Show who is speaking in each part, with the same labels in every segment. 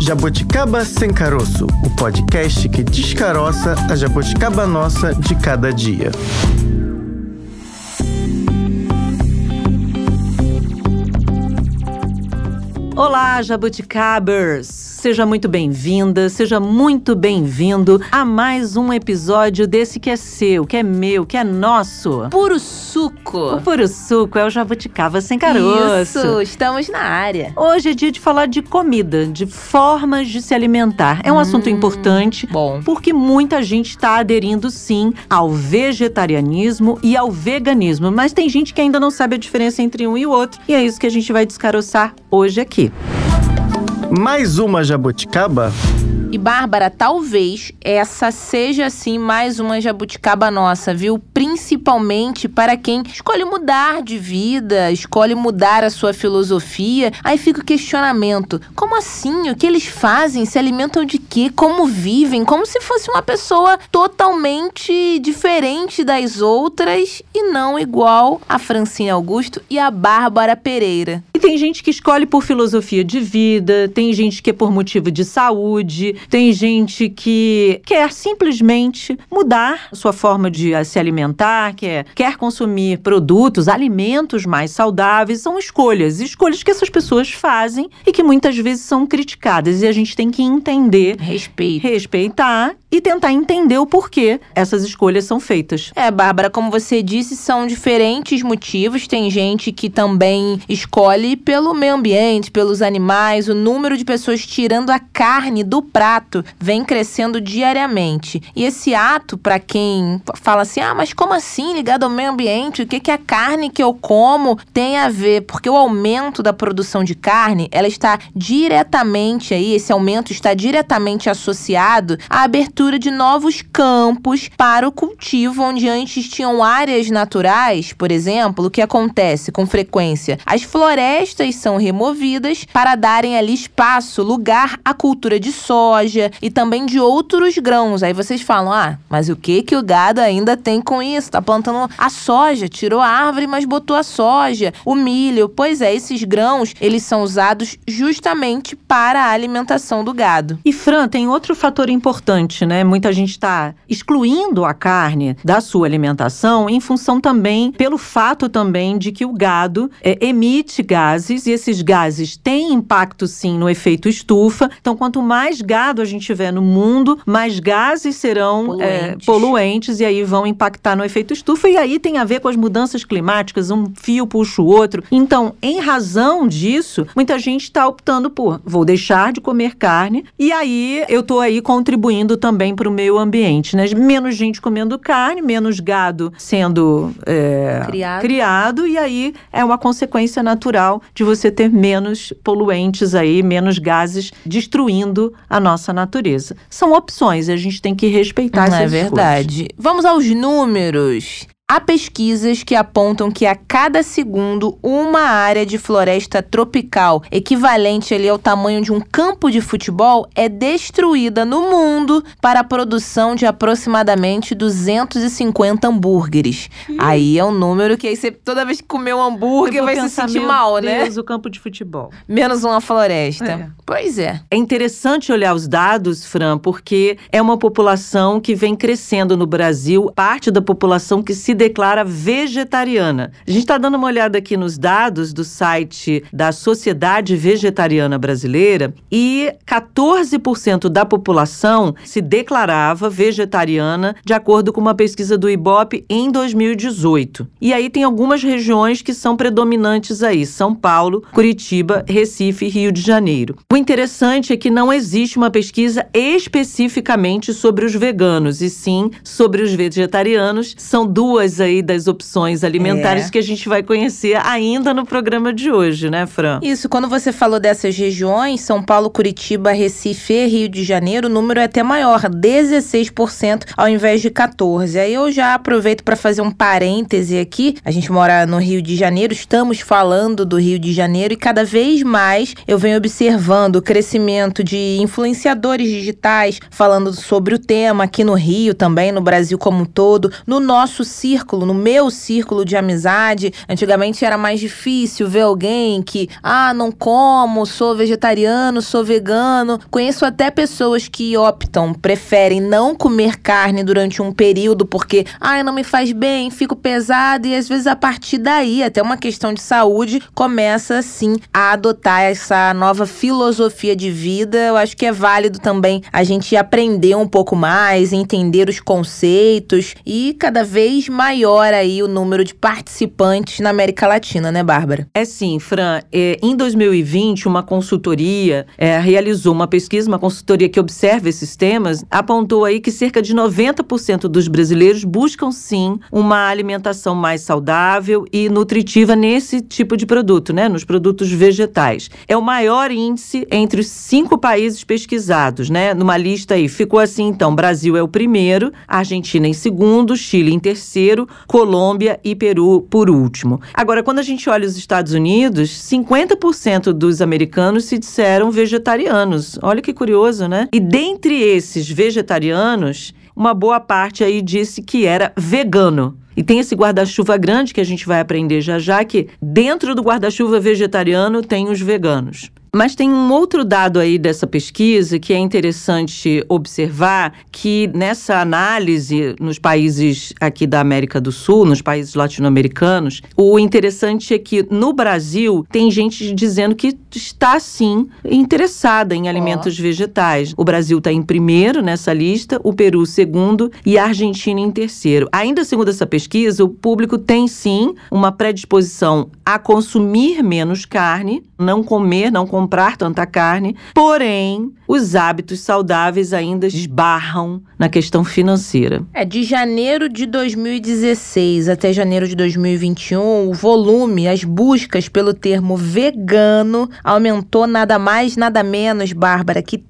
Speaker 1: Jabuticaba Sem Caroço, o podcast que descaroça a jabuticaba nossa de cada dia.
Speaker 2: Olá, jabuticabers! Seja muito bem-vinda, seja muito bem-vindo a mais um episódio desse que é seu, que é meu, que é nosso.
Speaker 3: Puro suco!
Speaker 2: O Puro Suco é o Jabuticaba Sem Caroço.
Speaker 3: Isso, estamos na área.
Speaker 2: Hoje é dia de falar de comida, de formas de se alimentar. É um assunto importante,
Speaker 3: bom,
Speaker 2: porque muita gente está aderindo, sim, ao vegetarianismo e ao veganismo. Mas tem gente que ainda não sabe a diferença entre um e o outro. E é isso que a gente vai descaroçar hoje aqui.
Speaker 1: Mais uma jabuticaba?
Speaker 3: E Bárbara, talvez essa seja, assim, mais uma jabuticaba nossa, viu? Principalmente para quem escolhe mudar de vida, escolhe mudar a sua filosofia. Aí fica o questionamento. Como assim? O que eles fazem? Se alimentam de quê? Como vivem? Como se fosse uma pessoa totalmente diferente das outras e não igual a Francine Augusto e a Bárbara Pereira.
Speaker 2: E tem gente que escolhe por filosofia de vida, tem gente que é por motivo de saúde, tem gente que quer simplesmente mudar a sua forma de se alimentar, quer consumir produtos, alimentos mais saudáveis. São escolhas que essas pessoas fazem e que muitas vezes são criticadas. E a gente tem que entender, respeitar e tentar entender o porquê essas escolhas são feitas.
Speaker 3: Bárbara, como você disse, são diferentes motivos. Tem gente que também escolhe pelo meio ambiente, pelos animais. O número de pessoas tirando a carne do prato vem crescendo diariamente. E esse ato, para quem fala assim, mas como assim ligado ao meio ambiente? O que a carne que eu como tem a ver? Porque o aumento da produção de carne, ela está diretamente aí, esse aumento está diretamente associado à abertura de novos campos para o cultivo, onde antes tinham áreas naturais, por exemplo. O que acontece com frequência? As florestas são removidas para darem ali espaço, lugar à cultura de soja e também de outros grãos. Aí vocês falam, mas o que o gado ainda tem com isso? Tá plantando a soja, tirou a árvore, mas botou a soja, o milho. Pois é, esses grãos, eles são usados justamente para a alimentação do gado.
Speaker 2: E Fran, tem outro fator importante, né? Muita gente está excluindo a carne da sua alimentação em função também, pelo fato também de que o gado emite gases e esses gases têm impacto sim no efeito estufa. Então, quanto mais gado a gente tiver no mundo, mais gases serão poluentes e aí vão impactar no efeito estufa. E aí tem a ver com as mudanças climáticas, um fio puxa o outro. Então, em razão disso, muita gente está optando por vou deixar de comer carne e aí eu estou aí contribuindo também para o meio ambiente, né? Menos gente comendo carne, menos gado sendo criado e aí é uma consequência natural de você ter menos poluentes aí, menos gases destruindo a nossa natureza. São opções e a gente tem que respeitar essas escolhas.
Speaker 3: É verdade. Vamos aos números. Há pesquisas que apontam que a cada segundo uma área de floresta tropical, equivalente ali ao tamanho de um campo de futebol, é destruída no mundo para a produção de aproximadamente 250 hambúrgueres. Aí é um número que aí você, toda vez que comer um hambúrguer, vai se sentir mal, né?
Speaker 2: Menos o campo de futebol.
Speaker 3: Menos uma floresta. Pois é.
Speaker 2: É interessante olhar os dados, Fran, porque é uma população que vem crescendo no Brasil, parte da população que se declara vegetariana. A gente está dando uma olhada aqui nos dados do site da Sociedade Vegetariana Brasileira e 14% da população se declarava vegetariana, de acordo com uma pesquisa do Ibope em 2018. E aí tem algumas regiões que são predominantes aí, São Paulo, Curitiba, Recife e Rio de Janeiro. O interessante é que não existe uma pesquisa especificamente sobre os veganos, e sim sobre os vegetarianos. São duas aí das opções alimentares que a gente vai conhecer ainda no programa de hoje, né, Fran?
Speaker 3: Isso, quando você falou dessas regiões, São Paulo, Curitiba, Recife e Rio de Janeiro, o número é até maior, 16% ao invés de 14%. Aí eu já aproveito para fazer um parêntese aqui. A gente mora no Rio de Janeiro, estamos falando do Rio de Janeiro e cada vez mais eu venho observando o crescimento de influenciadores digitais falando sobre o tema aqui no Rio também, no Brasil como um todo, no nosso círculo no meu círculo de amizade, antigamente era mais difícil ver alguém que, não como, sou vegetariano, sou vegano. Conheço até pessoas que preferem não comer carne durante um período porque, não me faz bem, fico pesado, e às vezes a partir daí, até uma questão de saúde, começa sim a adotar essa nova filosofia de vida. Eu acho que é válido também a gente aprender um pouco mais, entender os conceitos, e cada vez maior aí o número de participantes na América Latina, né, Bárbara?
Speaker 2: É sim, Fran. Em 2020, uma consultoria realizou uma pesquisa, uma consultoria que observa esses temas, apontou aí que cerca de 90% dos brasileiros buscam sim uma alimentação mais saudável e nutritiva nesse tipo de produto, né, nos produtos vegetais. É o maior índice entre os 5 países pesquisados, né? Numa lista aí, ficou assim então: Brasil é o primeiro, Argentina em segundo, Chile em terceiro, Colômbia e Peru por último. Agora, quando a gente olha os Estados Unidos, 50% dos americanos se disseram vegetarianos. Olha que curioso, né? E dentre esses vegetarianos, uma boa parte aí disse que era vegano. E tem esse guarda-chuva grande que a gente vai aprender já já, que dentro do guarda-chuva vegetariano tem os veganos. Mas tem um outro dado aí dessa pesquisa que é interessante observar, que nessa análise nos países aqui da América do Sul, nos países latino-americanos, o interessante é que no Brasil tem gente dizendo que está sim interessada em alimentos vegetais. O Brasil está em primeiro nessa lista, o Peru segundo e a Argentina em terceiro. Ainda segundo essa pesquisa, o público tem sim uma predisposição a consumir menos carne, não comprar tanta carne, porém, os hábitos saudáveis ainda esbarram na questão financeira.
Speaker 3: De janeiro de 2016 até janeiro de 2021, o volume, as buscas pelo termo vegano aumentou nada mais, nada menos, Bárbara, que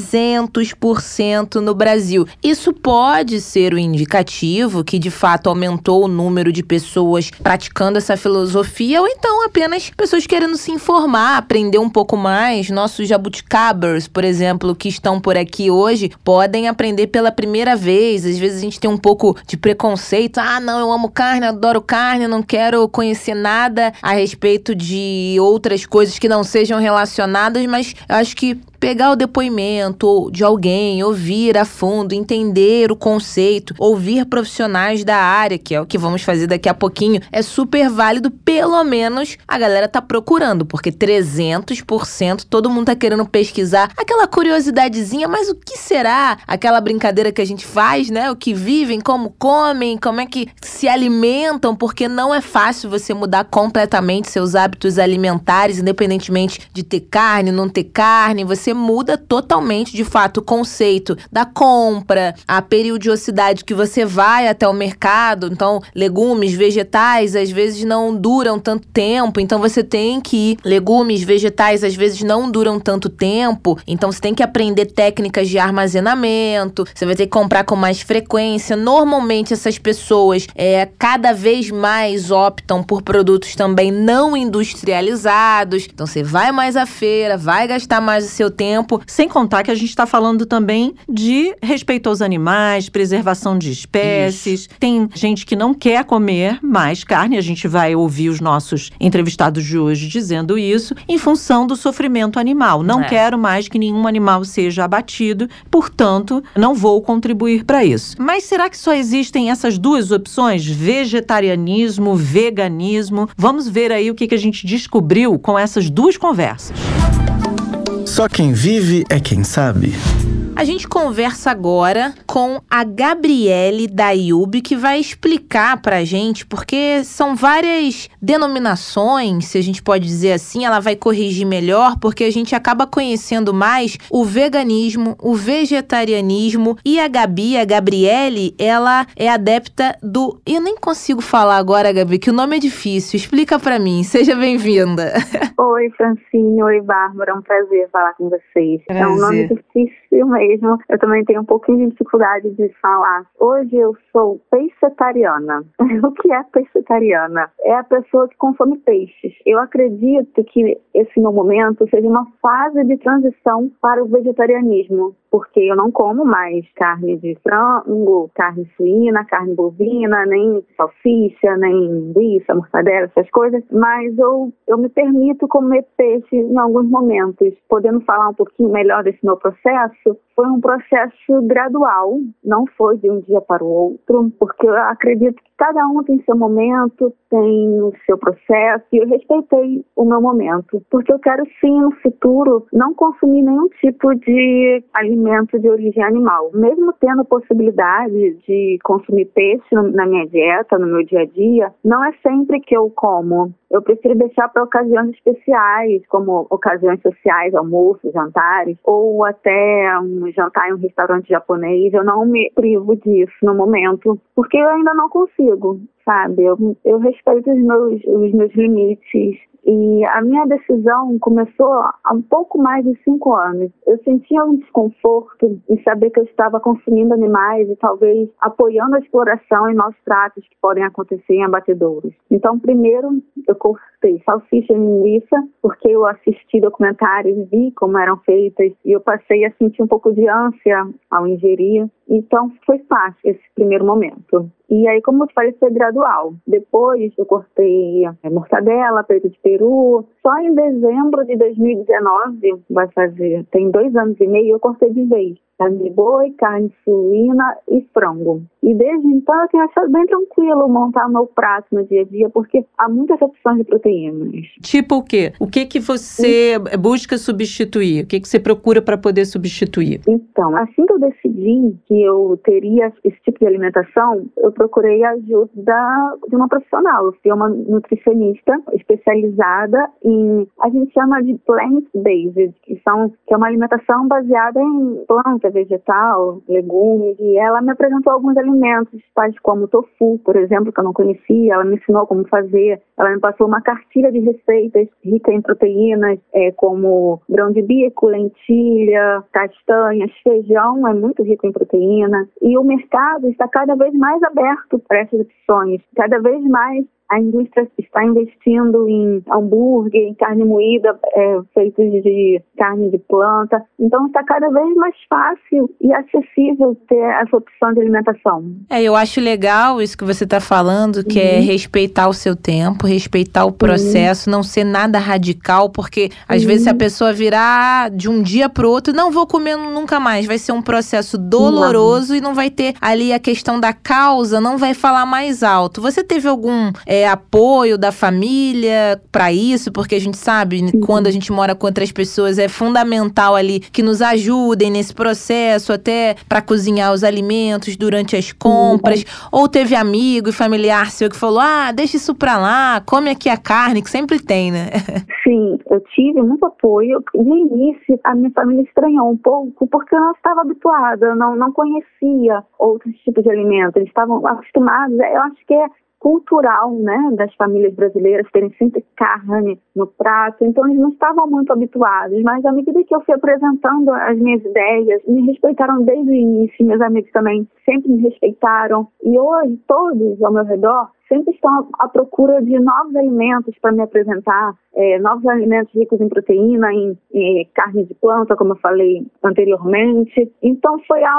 Speaker 3: 300% no Brasil. Isso pode ser o indicativo que, de fato, aumentou o número de pessoas praticando essa filosofia, ou então apenas pessoas querendo se informar, aprender um pouco mais. Nossos jabuticabers, por exemplo, que estão por aqui hoje, podem aprender pela primeira vez. Às vezes a gente tem um pouco de preconceito. Não, eu amo carne, adoro carne, não quero conhecer nada a respeito de outras coisas que não sejam relacionadas, mas eu acho que pegar o depoimento de alguém, ouvir a fundo, entender o conceito, ouvir profissionais da área, que é o que vamos fazer daqui a pouquinho, é super válido. Pelo menos a galera tá procurando, porque 300%, todo mundo tá querendo pesquisar. Aquela curiosidadezinha, mas o que será? Aquela brincadeira que a gente faz, né? O que vivem, como comem, como é que se alimentam, porque não é fácil você mudar completamente seus hábitos alimentares, independentemente de ter carne, não ter carne. Você muda totalmente, de fato, o conceito da compra, a periodicidade que você vai até o mercado. Então, legumes, vegetais, às vezes não duram tanto tempo, então você tem que ir. Legumes, vegetais, às vezes não duram tanto tempo, então você tem que aprender técnicas de armazenamento, você vai ter que comprar com mais frequência. Normalmente, essas pessoas cada vez mais optam por produtos também não industrializados, então você vai mais à feira, vai gastar mais o seu tempo.
Speaker 2: Sem contar que a gente está falando também de respeito aos animais, preservação de espécies. Isso. Tem gente que não quer comer mais carne, a gente vai ouvir os nossos entrevistados de hoje dizendo isso, em função do sofrimento animal. Não quero mais que nenhum animal seja abatido, portanto, não vou contribuir para isso. Mas será que só existem essas duas opções? Vegetarianismo, veganismo? Vamos ver aí o que a gente descobriu com essas duas conversas.
Speaker 1: Só quem vive é quem sabe.
Speaker 3: A gente conversa agora com a Gabriele da IUB, que vai explicar pra gente, porque são várias denominações, se a gente pode dizer assim. Ela vai corrigir melhor, porque a gente acaba conhecendo mais o veganismo, o vegetarianismo, e a Gabriele, ela é adepta do... Eu nem consigo falar agora, Gabi, que o nome é difícil. Explica pra mim. Seja bem-vinda.
Speaker 4: Oi, Francine. Oi, Bárbara. É um prazer falar com vocês.
Speaker 2: Prazer.
Speaker 4: É um nome difícil mesmo. Eu também tenho um pouquinho de dificuldade de falar. Hoje eu sou pescetariana. O que é pescetariana? É a pessoa que consome peixes. Eu acredito que esse meu momento seja uma fase de transição para o vegetarianismo. porque eu não como mais carne de frango, carne suína, carne bovina, nem salsicha, nem linguiça, mortadela, essas coisas, mas eu me permito comer peixe em alguns momentos. Podendo falar um pouquinho melhor desse meu processo, foi um processo gradual, não foi de um dia para o outro, porque eu acredito que cada um tem seu momento, tem o seu processo, e eu respeitei o meu momento, porque eu quero sim, no futuro, não consumir nenhum tipo de alimento de origem animal. Mesmo tendo a possibilidade de consumir peixe na minha dieta, no meu dia a dia, não é sempre que eu como. Eu prefiro deixar para ocasiões especiais, como ocasiões sociais, almoços, jantares, ou até um jantar em um restaurante japonês. Eu não me privo disso no momento, porque eu ainda não consigo, sabe? Eu respeito os meus limites. E a minha decisão começou há um pouco mais de 5 anos. Eu sentia um desconforto em saber que eu estava consumindo animais e talvez apoiando a exploração e maus tratos que podem acontecer em abatedouros. Então, primeiro, eu cortei salsicha e linguiça, porque eu assisti documentários e vi como eram feitas, e eu passei a sentir um pouco de ânsia ao ingerir. Então, foi fácil esse primeiro momento. E aí, como eu falei, foi gradual. Depois, eu cortei mortadela, peito de peru. Só em dezembro de 2019, tem 2 anos e meio, eu cortei de vez. Carne de boi, carne suína e frango. E desde então eu tenho achado bem tranquilo montar meu prato no dia a dia, porque há muitas opções de proteínas.
Speaker 2: Tipo o quê? O que você busca substituir? O que você procura para poder substituir?
Speaker 4: Então, assim que eu decidi que eu teria esse tipo de alimentação, eu procurei a ajuda de uma profissional. Eu fui uma nutricionista especializada em, a gente chama de plant-based, que é uma alimentação baseada em planta, vegetal, legumes, e ela me apresentou alguns alimentos, tais como tofu, por exemplo, que eu não conhecia. Ela me ensinou como fazer, ela me passou uma cartilha de receitas rica em proteínas, como grão de bico, lentilha, castanhas, feijão, é muito rico em proteína, e o mercado está cada vez mais aberto para essas opções, cada vez mais a indústria está investindo em hambúrguer, em carne moída, feitos de carne de planta. Então está cada vez mais fácil e acessível ter essa opção de alimentação.
Speaker 3: Eu acho legal isso que você está falando, que é respeitar o seu tempo, respeitar o processo, não ser nada radical, porque às vezes se a pessoa virar de um dia para o outro, não vou comer nunca mais, vai ser um processo doloroso e não vai ter ali a questão da causa, não vai falar mais alto. Você teve algum apoio da família para isso? Porque a gente sabe, quando a gente mora com outras pessoas, é fundamental ali que nos ajudem nesse processo, até para cozinhar os alimentos durante as compras. Ou teve amigo e familiar seu que falou, deixa isso pra lá, come aqui a carne, que sempre tem, né?
Speaker 4: Sim, eu tive muito apoio. No início, a minha família estranhou um pouco, porque eu não estava habituada, não conhecia outros tipos de alimentos. Eles estavam acostumados, eu acho que é cultural, né, das famílias brasileiras terem sempre carne no prato, então eles não estavam muito habituados, mas à medida que eu fui apresentando as minhas ideias, me respeitaram desde o início, meus amigos também sempre me respeitaram, e hoje todos ao meu redor sempre estão à procura de novos alimentos para me apresentar, novos alimentos ricos em proteína, em carne de planta, como eu falei anteriormente. Então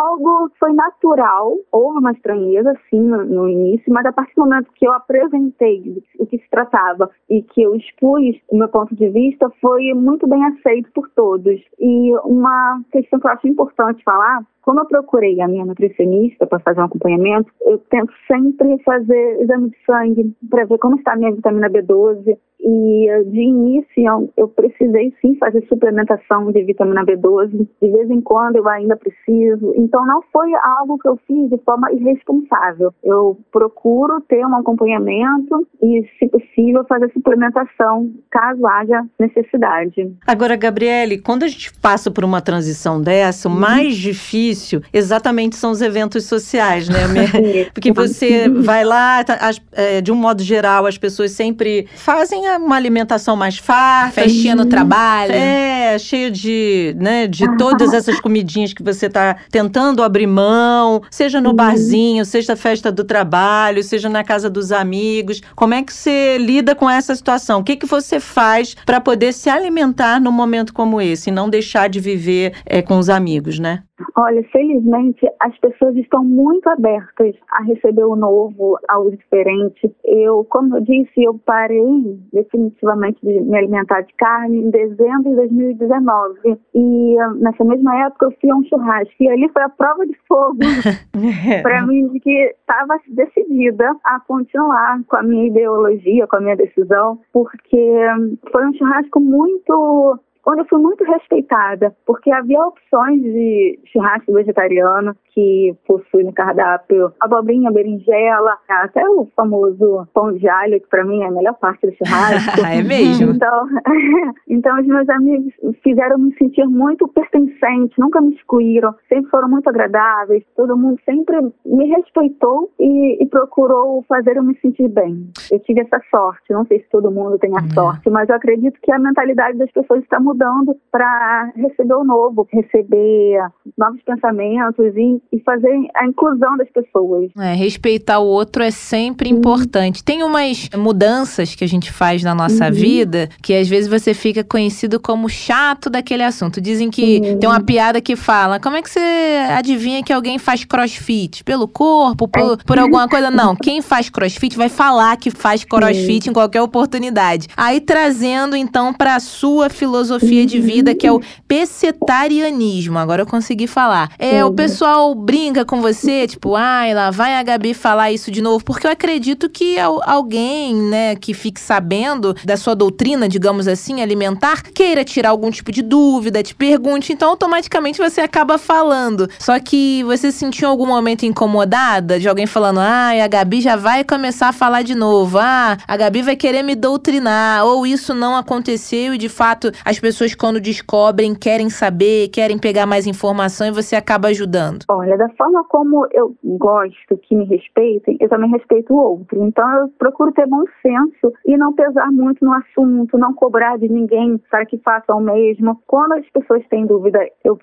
Speaker 4: foi natural, houve uma estranheza sim no início, mas a partir do momento que eu apresentei o que se tratava e que eu expus o meu ponto de vista, foi muito bem aceito por todos. E uma questão que eu acho importante falar, quando eu procurei a minha nutricionista para fazer um acompanhamento, eu tento sempre fazer exame de sangue para ver como está a minha vitamina B12. E de início eu precisei sim fazer suplementação de vitamina B12. De vez em quando eu ainda preciso. Então não foi algo que eu fiz de forma irresponsável. Eu procuro ter um acompanhamento e, se possível, fazer suplementação caso haja necessidade.
Speaker 2: Agora, Gabriele, quando a gente passa por uma transição dessa, o mais difícil exatamente são os eventos sociais, né? Porque você vai lá, de um modo geral, as pessoas sempre fazem uma alimentação mais farta.
Speaker 3: Festinha no trabalho.
Speaker 2: cheia de todas essas comidinhas que você está tentando abrir mão, seja no barzinho, seja na festa do trabalho, seja na casa dos amigos. Como é que você lida com essa situação? O que você faz para poder se alimentar num momento como esse e não deixar de viver com os amigos, né?
Speaker 4: Olha, felizmente as pessoas estão muito abertas a receber o novo, ao diferente. Como eu disse, eu parei definitivamente de me alimentar de carne em dezembro de 2019. E nessa mesma época eu fui a um churrasco. E ali foi a prova de fogo para mim de que estava decidida a continuar com a minha ideologia, com a minha decisão, porque foi um churrasco onde eu fui muito respeitada, porque havia opções de churrasco vegetariano que possui no cardápio abobrinha, berinjela, até o famoso pão de alho, que para mim é a melhor parte do churrasco.
Speaker 3: É mesmo?
Speaker 4: Então os meus amigos fizeram me sentir muito pertencente, nunca me excluíram, sempre foram muito agradáveis, todo mundo sempre me respeitou e procurou fazer eu me sentir bem. Eu tive essa sorte, não sei se todo mundo tem a sorte, mas eu acredito que a mentalidade das pessoas está mudando para receber o novo, receber novos pensamentos e fazer a inclusão das pessoas.
Speaker 3: Respeitar o outro é sempre importante. Tem umas mudanças que a gente faz na nossa vida que às vezes você fica conhecido como chato daquele assunto. Dizem que tem uma piada que fala: como é que você adivinha que alguém faz crossfit? Pelo corpo? Por alguma coisa? Não. Quem faz crossfit vai falar que faz crossfit em qualquer oportunidade. Aí trazendo então para a sua filosofia de vida, que é o pescetarianismo. Agora eu consegui falar. O pessoal brinca com você, tipo, lá vai a Gabi falar isso de novo, porque eu acredito que alguém, né, que fique sabendo da sua doutrina, digamos assim, alimentar, queira tirar algum tipo de dúvida, te pergunte, então automaticamente você acaba falando. Só que você se sentiu em algum momento incomodada de alguém falando: a Gabi já vai começar a falar de novo, a Gabi vai querer me doutrinar, ou isso não aconteceu e de fato as pessoas quando descobrem querem saber, querem pegar mais informação e você acaba ajudando?
Speaker 4: Olha, da forma como eu gosto que me respeitem, eu também respeito o outro. Então eu procuro ter bom senso e não pesar muito no assunto, não cobrar de ninguém para que façam o mesmo. Quando as pessoas têm dúvidas, eu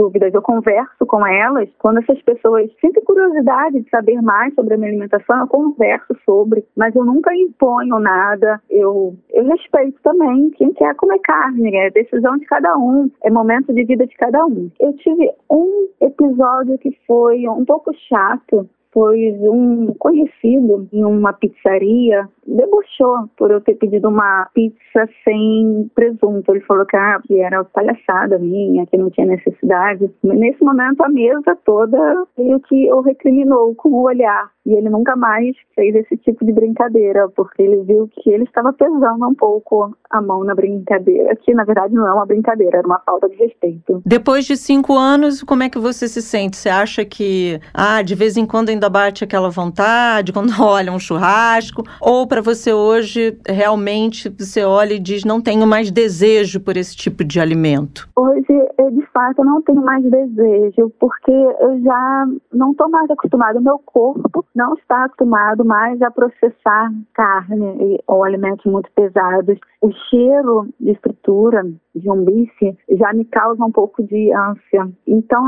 Speaker 4: converso com elas. Quando essas pessoas sentem curiosidade de saber mais sobre a minha alimentação, eu converso sobre, mas eu nunca imponho nada. Eu respeito também quem quer comer carne, é decisão de cada um, é momento de vida de cada um. Eu tive um episódio que foi um pouco chato, pois um conhecido em uma pizzaria debochou por eu ter pedido uma pizza sem presunto. Ele falou que era palhaçada minha, que não tinha necessidade. Nesse momento, a mesa toda meio que o recriminou com o olhar. E ele nunca mais fez esse tipo de brincadeira, porque ele viu que ele estava pesando um pouco a mão na brincadeira, que na verdade não é uma brincadeira, era uma falta de respeito.
Speaker 2: Depois de 5 anos, como é que você se sente? Você acha que, de vez em quando ainda bate aquela vontade, quando olha um churrasco? Ou para você hoje, realmente, você olha e diz, não tenho mais desejo por esse tipo de alimento?
Speaker 4: Hoje, de fato, eu não tenho mais desejo, porque eu já não estou mais acostumada, o meu corpo não está acostumado mais a processar carne ou alimentos muito pesados. O cheiro de fritura, de um bife, já me causa um pouco de ânsia. Então,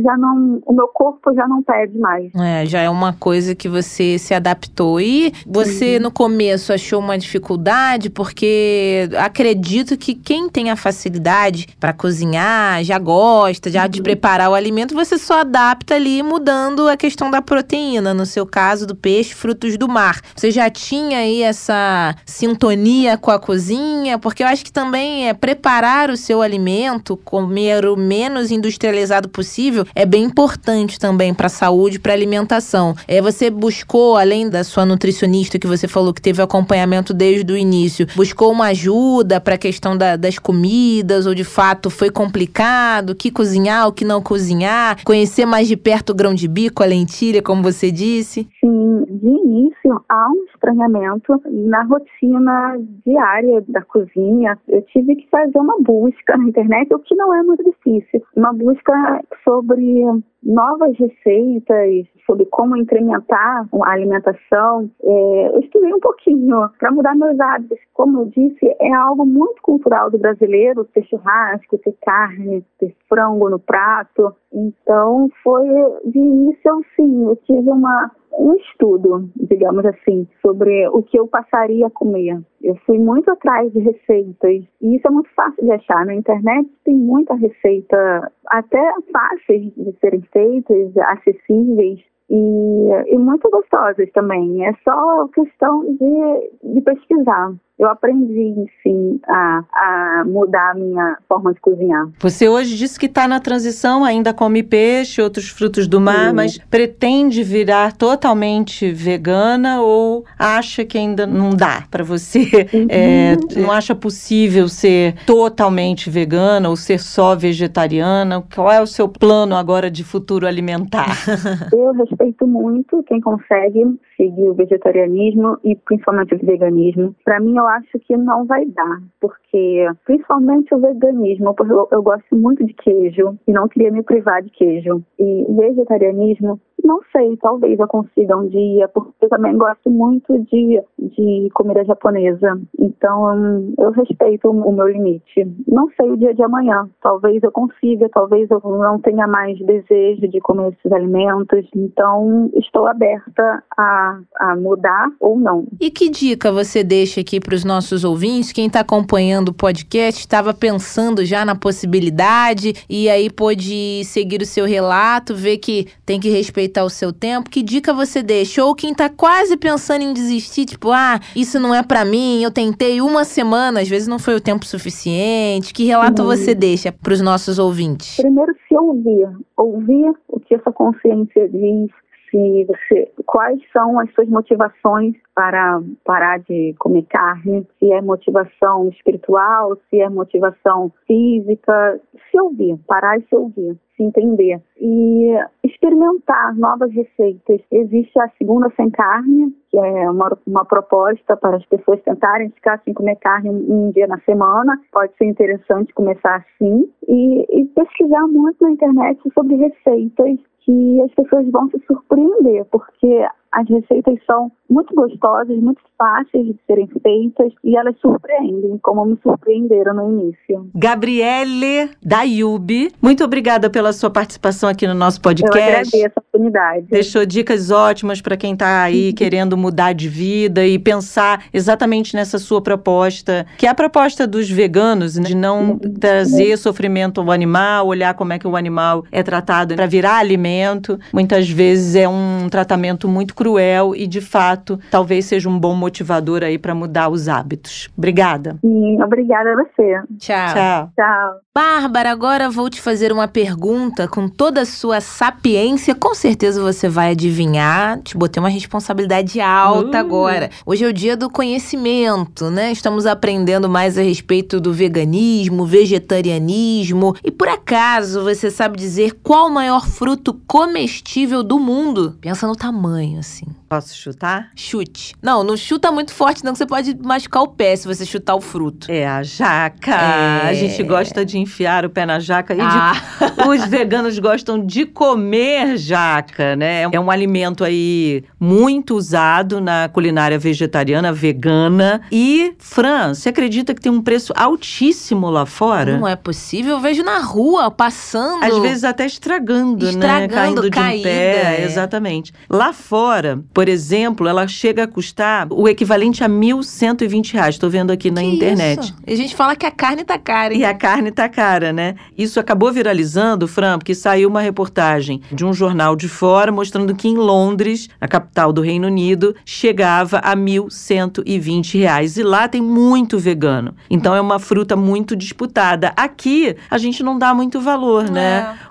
Speaker 4: o meu corpo já não pede mais.
Speaker 3: Já é uma coisa que você se adaptou. E você, no começo, achou uma dificuldade? Porque acredito que quem tem a facilidade para cozinhar, já gosta de preparar o alimento, você só adapta ali mudando a questão da proteína. No seu caso, do peixe, frutos do mar. Você já tinha aí essa sintonia com a cozinha? Porque eu acho que também preparar o seu alimento, comer o menos industrializado possível, é bem importante também para a saúde, para a alimentação. Você buscou, além da sua nutricionista, que você falou que teve acompanhamento desde o início, buscou uma ajuda para a questão das comidas, ou de fato foi complicado, o que cozinhar, o que não cozinhar, conhecer mais de perto o grão de bico, a lentilha, como você disse?
Speaker 4: Sim, de início, há um estranhamento na rotina diária da cozinha. Eu tive que fazer uma busca na internet, o que não é muito difícil. Uma busca sobre novas receitas, sobre como incrementar a alimentação. Eu estudei um pouquinho para mudar meus hábitos. Como eu disse, é algo muito cultural do brasileiro, ter churrasco, ter carne, ter frango no prato. Então, foi de início, sim, eu tive um estudo, digamos assim, sobre o que eu passaria a comer. Eu fui muito atrás de receitas, e isso é muito fácil de achar. Na internet tem muita receita, até fáceis de serem feitas, acessíveis, e muito gostosas também. É só questão de pesquisar. Eu aprendi, sim, a mudar a minha forma de cozinhar.
Speaker 2: Você hoje disse que está na transição, ainda come peixe, outros frutos do mar, mas pretende virar totalmente vegana ou acha que ainda não dá para você? Não acha possível ser totalmente vegana ou ser só vegetariana? Qual é o seu plano agora de futuro alimentar?
Speaker 4: Eu respeito muito quem consegue seguir o vegetarianismo e principalmente o veganismo. Para mim, eu acho que não vai dar, porque principalmente o veganismo, porque eu gosto muito de queijo e não queria me privar de queijo. E vegetarianismo, não sei, talvez eu consiga um dia, porque eu também gosto muito de comida japonesa. Então, eu respeito o meu limite. Não sei o dia de amanhã. Talvez eu consiga, talvez eu não tenha mais desejo de comer esses alimentos. Então, estou aberta a mudar ou não.
Speaker 3: E que dica você deixa aqui para os nossos ouvintes? Quem está acompanhando o podcast estava pensando já na possibilidade e aí pôde seguir o seu relato, ver que tem que respeitar o seu tempo. Que dica você deixa? Ou quem tá quase pensando em desistir, tipo, isso não é pra mim, eu tentei uma semana, às vezes não foi o tempo suficiente. Que relato você deixa pros nossos ouvintes?
Speaker 4: Primeiro, se ouvir o que essa consciência diz, quais são as suas motivações para parar de comer carne, se é motivação espiritual, se é motivação física, se ouvir, parar e se ouvir, se entender e experimentar novas receitas. Existe a segunda sem carne, que é uma proposta para as pessoas tentarem ficar sem comer carne um dia na semana. Pode ser interessante começar assim e pesquisar muito na internet sobre receitas que as pessoas vão se surpreender, porque as receitas são muito gostosas, muito fáceis de serem feitas e elas surpreendem, como me surpreenderam no início.
Speaker 2: Gabriele Dayub, muito obrigada pela sua participação aqui no nosso podcast.
Speaker 4: Eu agradeço a oportunidade.
Speaker 2: Deixou dicas ótimas para quem está aí querendo mudar de vida e pensar exatamente nessa sua proposta, que é a proposta dos veganos, né? De não trazer sofrimento ao animal, olhar como é que o animal é tratado para virar alimento. Muitas vezes é um tratamento muito cruel e, de fato, talvez seja um bom motivador aí para mudar os hábitos. Obrigada.
Speaker 4: Sim, obrigada a você.
Speaker 3: Tchau.
Speaker 4: Tchau.
Speaker 3: Bárbara, agora vou te fazer uma pergunta com toda a sua sapiência. Com certeza você vai adivinhar. Te botei uma responsabilidade alta agora. Hoje é o dia do conhecimento, né? Estamos aprendendo mais a respeito do veganismo, vegetarianismo. E por acaso você sabe dizer qual o maior fruto comestível do mundo? Pensa no tamanho, assim.
Speaker 2: Posso chutar?
Speaker 3: Chute. Não chuta muito forte, não, que você pode machucar o pé se você chutar o fruto.
Speaker 2: É a jaca. A gente gosta de enfiar o pé na jaca. Os veganos gostam de comer jaca, né? É um alimento aí muito usado na culinária vegetariana, vegana. E, Fran, você acredita que tem um preço altíssimo lá fora?
Speaker 3: Não é possível. Eu vejo na rua, passando.
Speaker 2: Às vezes até estragando, né? Caindo de um pé. Exatamente. Lá fora, por exemplo, ela chega a custar o equivalente a R$1.120. Estou vendo aqui na internet.
Speaker 3: Isso? E a gente fala que a carne tá cara, hein?
Speaker 2: E a carne tá cara, né? Isso acabou viralizando, Fran, porque saiu uma reportagem de um jornal de fora mostrando que em Londres, a capital do Reino Unido, chegava a R$1.120. E lá tem muito vegano. Então é uma fruta muito disputada. Aqui, a gente não dá muito valor, né?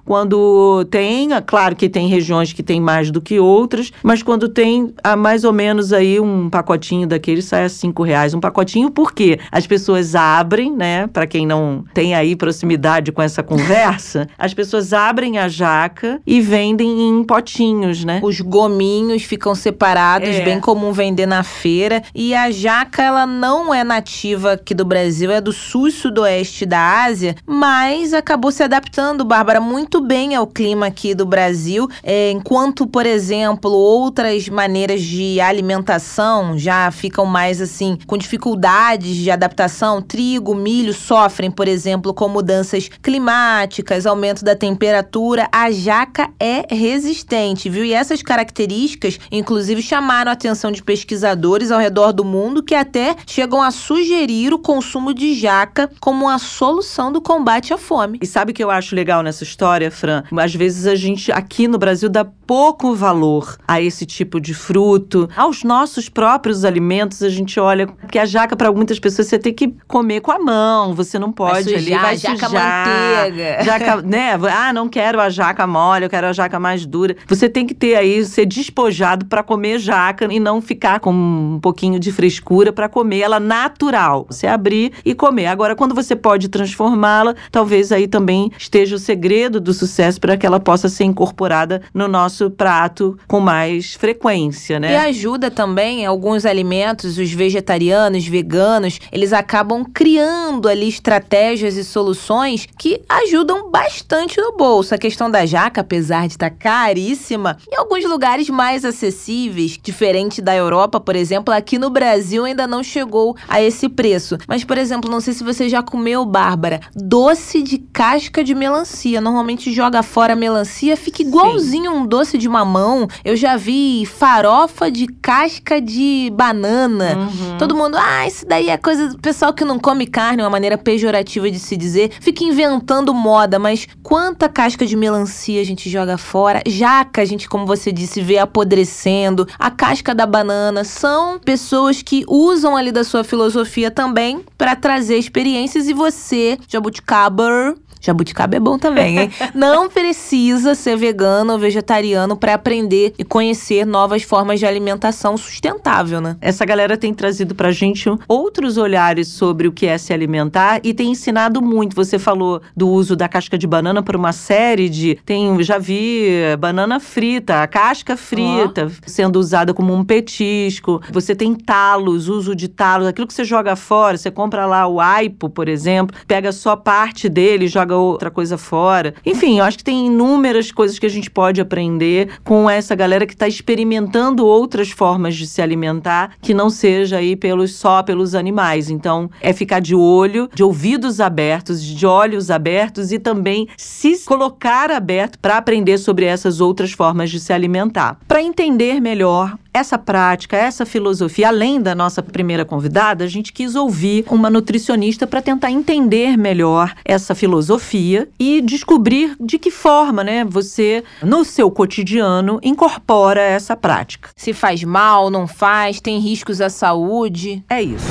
Speaker 2: quando tem, claro que tem regiões que tem mais do que outras, mas quando tem mais ou menos aí um pacotinho daquele sai a R$5. Um pacotinho porque as pessoas abrem, né, para quem não tem aí proximidade com essa conversa, as pessoas abrem a jaca e vendem em potinhos, né?
Speaker 3: Os gominhos ficam separados, bem comum vender na feira. E a jaca, ela não é nativa aqui do Brasil, é do sul e sudoeste da Ásia, mas acabou se adaptando, Bárbara, muito bem ao clima aqui do Brasil. Enquanto, por exemplo, outras maneiras de alimentação já ficam mais assim, com dificuldades de adaptação, trigo, milho sofrem, por exemplo, com mudanças climáticas, aumento da temperatura, a jaca é resistente, viu? E essas características, inclusive, chamaram a atenção de pesquisadores ao redor do mundo que até chegam a sugerir o consumo de jaca como uma solução do combate à fome.
Speaker 2: E sabe o que eu acho legal nessa história, Fran? Às vezes a gente, aqui no Brasil, dá pouco valor a esse tipo de fruto. Aos nossos próprios alimentos, a gente olha que a jaca, para muitas pessoas, você tem que comer com a mão, você não pode
Speaker 3: vai jaca manteiga.
Speaker 2: Jaca, né? Não quero a jaca mole, eu quero a jaca mais dura. Você tem que ter aí, ser despojado para comer jaca e não ficar com um pouquinho de frescura para comer ela natural. Você abrir e comer. Agora, quando você pode transformá-la, talvez aí também esteja o segredo do sucesso para que ela possa ser incorporada no nosso prato com mais frequência, né?
Speaker 3: E ajuda também alguns alimentos, os vegetarianos, veganos, eles acabam criando ali estratégias e soluções que ajudam bastante no bolso. A questão da jaca, apesar de estar caríssima, em alguns lugares mais acessíveis, diferente da Europa, por exemplo, aqui no Brasil ainda não chegou a esse preço. Mas, por exemplo, não sei se você já comeu, Bárbara, doce de casca de melancia. Normalmente joga fora a melancia, fica igualzinho um doce de mamão. Eu já vi farofa de casca de banana. Todo mundo, isso daí é coisa do pessoal que não come carne, uma maneira pejorativa de se dizer. Fica inventando moda, mas quanta casca de melancia a gente joga fora? Jaca, a gente, como você disse, vê apodrecendo. A casca da banana. São pessoas que usam ali da sua filosofia também para trazer experiências e você, jabuticaba é bom também, hein? Não precisa ser vegano ou vegetariano para aprender e conhecer novas formas de alimentação sustentável, né?
Speaker 2: Essa galera tem trazido pra gente outros olhares sobre o que é se alimentar e tem ensinado muito. Você falou do uso da casca de banana por uma série de... já vi banana frita, a casca frita sendo usada como um petisco. Você tem talos, uso de talos, aquilo que você joga fora. Você compra lá o aipo, por exemplo, pega só parte dele e joga outra coisa fora. Enfim, eu acho que tem inúmeras coisas que a gente pode aprender com essa galera que está experimentando outras formas de se alimentar que não seja aí só pelos animais. Então, é ficar de olho, de ouvidos abertos, de olhos abertos e também se colocar aberto para aprender sobre essas outras formas de se alimentar. Para entender melhor essa prática, essa filosofia, além da nossa primeira convidada, a gente quis ouvir uma nutricionista para tentar entender melhor essa filosofia e descobrir de que forma, né, você, no seu cotidiano, incorpora essa prática.
Speaker 3: Se faz mal, não faz, tem riscos à saúde.
Speaker 2: É isso.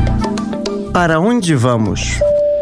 Speaker 1: Para onde vamos?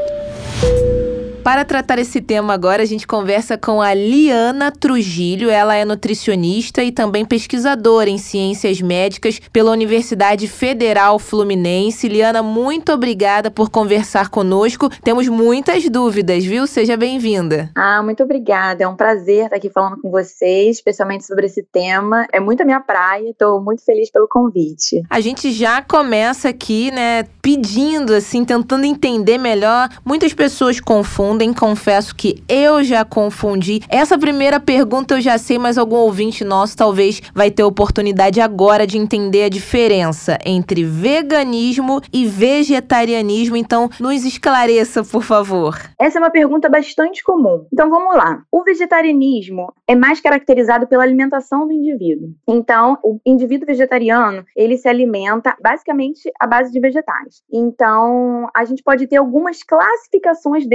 Speaker 3: Para tratar esse tema agora, a gente conversa com a Liana Trujillo. Ela é nutricionista e também pesquisadora em ciências médicas pela Universidade Federal Fluminense. Liana, muito obrigada por conversar conosco. Temos muitas dúvidas, viu? Seja bem-vinda.
Speaker 4: Muito obrigada. É um prazer estar aqui falando com vocês, especialmente sobre esse tema. É muito a minha praia. Estou muito feliz pelo convite.
Speaker 3: A gente já começa aqui, né, pedindo, assim, tentando entender melhor. Muitas pessoas confundem. Confesso que eu já confundi. Essa primeira pergunta eu já sei, mas algum ouvinte nosso talvez vai ter oportunidade agora de entender a diferença entre veganismo e vegetarianismo. Então, nos esclareça, por favor.
Speaker 4: Essa é uma pergunta bastante comum. Então, vamos lá. O vegetarianismo é mais caracterizado pela alimentação do indivíduo. Então, o indivíduo vegetariano, ele se alimenta basicamente à base de vegetais. Então, a gente pode ter algumas classificações dentro do vegetarianismo.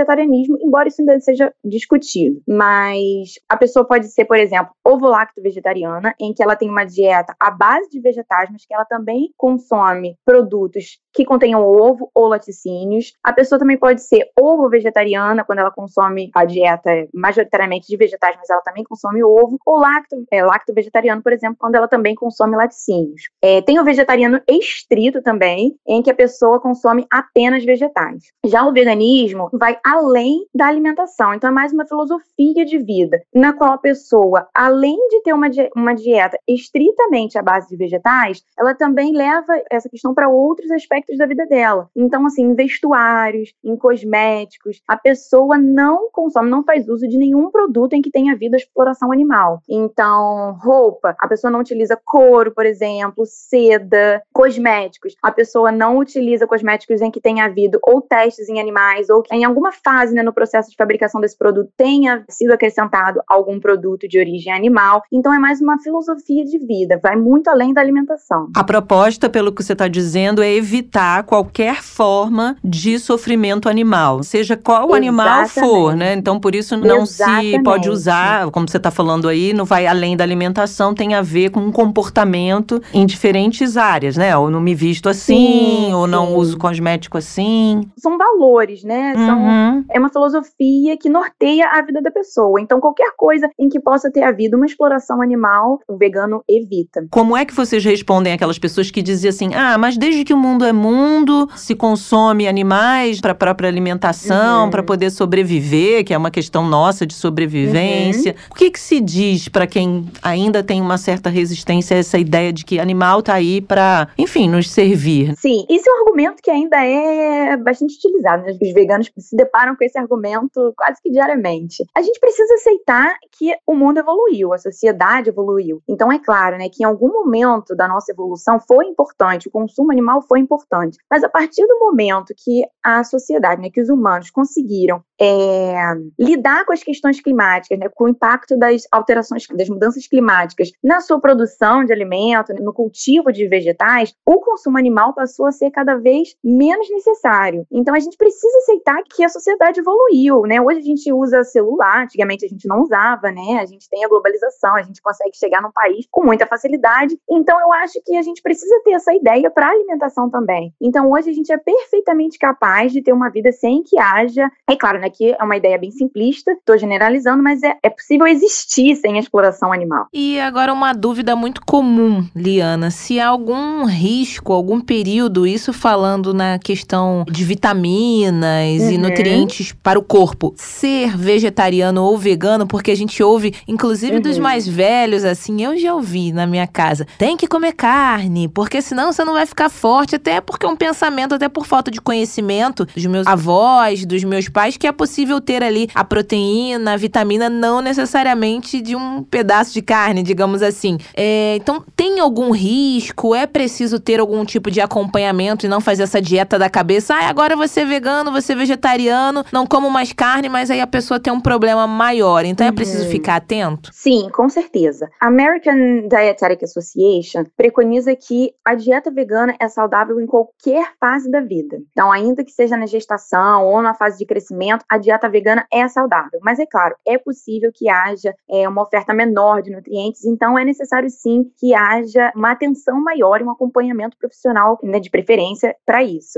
Speaker 4: vegetarianismo, embora isso ainda seja discutido. Mas a pessoa pode ser, por exemplo, ovo-lacto-vegetariana, em que ela tem uma dieta à base de vegetais, mas que ela também consome produtos que contenham ovo ou laticínios. A pessoa também pode ser ovo-vegetariana, quando ela consome a dieta majoritariamente de vegetais, mas ela também consome ovo, ou lacto-vegetariano, por exemplo, quando ela também consome laticínios. Tem o vegetariano estrito também, em que a pessoa consome apenas vegetais. Já o veganismo vai além da alimentação, então é mais uma filosofia de vida, na qual a pessoa, além de ter uma dieta estritamente à base de vegetais, ela também leva essa questão para outros aspectos da vida dela. Então, assim, em vestuários, em cosméticos, a pessoa não consome, não faz uso de nenhum produto em que tenha havido a exploração animal. Então, roupa, a pessoa não utiliza couro, por exemplo, seda, cosméticos, a pessoa não utiliza cosméticos em que tenha havido ou testes em animais, ou que em alguma fase, né, no processo de fabricação desse produto tenha sido acrescentado algum produto de origem animal. Então, é mais uma filosofia de vida, vai muito além da alimentação.
Speaker 2: A proposta, pelo que você está dizendo, é evitar qualquer forma de sofrimento animal, seja qual animal for, né? Então, por isso não se pode usar, como você está falando aí, não vai além da alimentação, tem a ver com um comportamento em diferentes áreas, né? Ou não me visto assim, ou não uso cosmético assim.
Speaker 4: São valores, né? É uma filosofia que norteia a vida da pessoa. Então, qualquer coisa em que possa ter havido uma exploração animal, o vegano evita.
Speaker 2: Como é que vocês respondem àquelas pessoas que dizem assim, mas desde que o mundo é mundo, se consome animais para a própria alimentação, para poder sobreviver, que é uma questão nossa de sobrevivência. O que se diz para quem ainda tem uma certa resistência a essa ideia de que animal tá aí para, enfim, nos servir?
Speaker 4: Sim, esse é um argumento que ainda é bastante utilizado, né? Os veganos se deparam com esse argumento quase que diariamente. A gente precisa aceitar que o mundo evoluiu, a sociedade evoluiu. Então, é claro, né, que em algum momento da nossa evolução foi importante, o consumo animal foi importante. Mas a partir do momento que a sociedade, né, que os humanos conseguiram lidar com as questões climáticas, né, com o impacto das alterações, das mudanças climáticas na sua produção de alimento, no cultivo de vegetais, o consumo animal passou a ser cada vez menos necessário. Então a gente precisa aceitar que a sociedade evoluiu, né? Hoje a gente usa celular, antigamente a gente não usava, né? A gente tem a globalização, a gente consegue chegar num país com muita facilidade. Então eu acho que a gente precisa ter essa ideia para a alimentação também. Então hoje a gente é perfeitamente capaz de ter uma vida sem que haja, é claro, né, que é uma ideia bem simplista, estou generalizando, mas é possível existir sem a exploração animal.
Speaker 3: E agora uma dúvida muito comum, Liana, se há algum risco, algum período, isso falando na questão de vitaminas e nutrientes para o corpo, ser vegetariano ou vegano, porque a gente ouve, inclusive dos mais velhos, assim, eu já ouvi na minha casa, tem que comer carne, porque senão você não vai ficar forte, até porque é um pensamento, até por falta de conhecimento dos meus avós, dos meus pais, que é possível ter ali a proteína, a vitamina, não necessariamente de um pedaço de carne, digamos assim. Então, tem algum risco? É preciso ter algum tipo de acompanhamento e não fazer essa dieta da cabeça? Agora você é vegano, você é vegetariano, não como mais carne, mas aí a pessoa tem um problema maior. Então, é preciso ficar atento?
Speaker 4: Sim, com certeza. A American Dietetic Association preconiza que a dieta vegana é saudável em qualquer fase da vida. Então, ainda que seja na gestação ou na fase de crescimento, a dieta vegana é saudável. Mas, é claro, é possível que haja uma oferta menor de nutrientes, então é necessário, sim, que haja uma atenção maior e um acompanhamento profissional, né, de preferência para isso.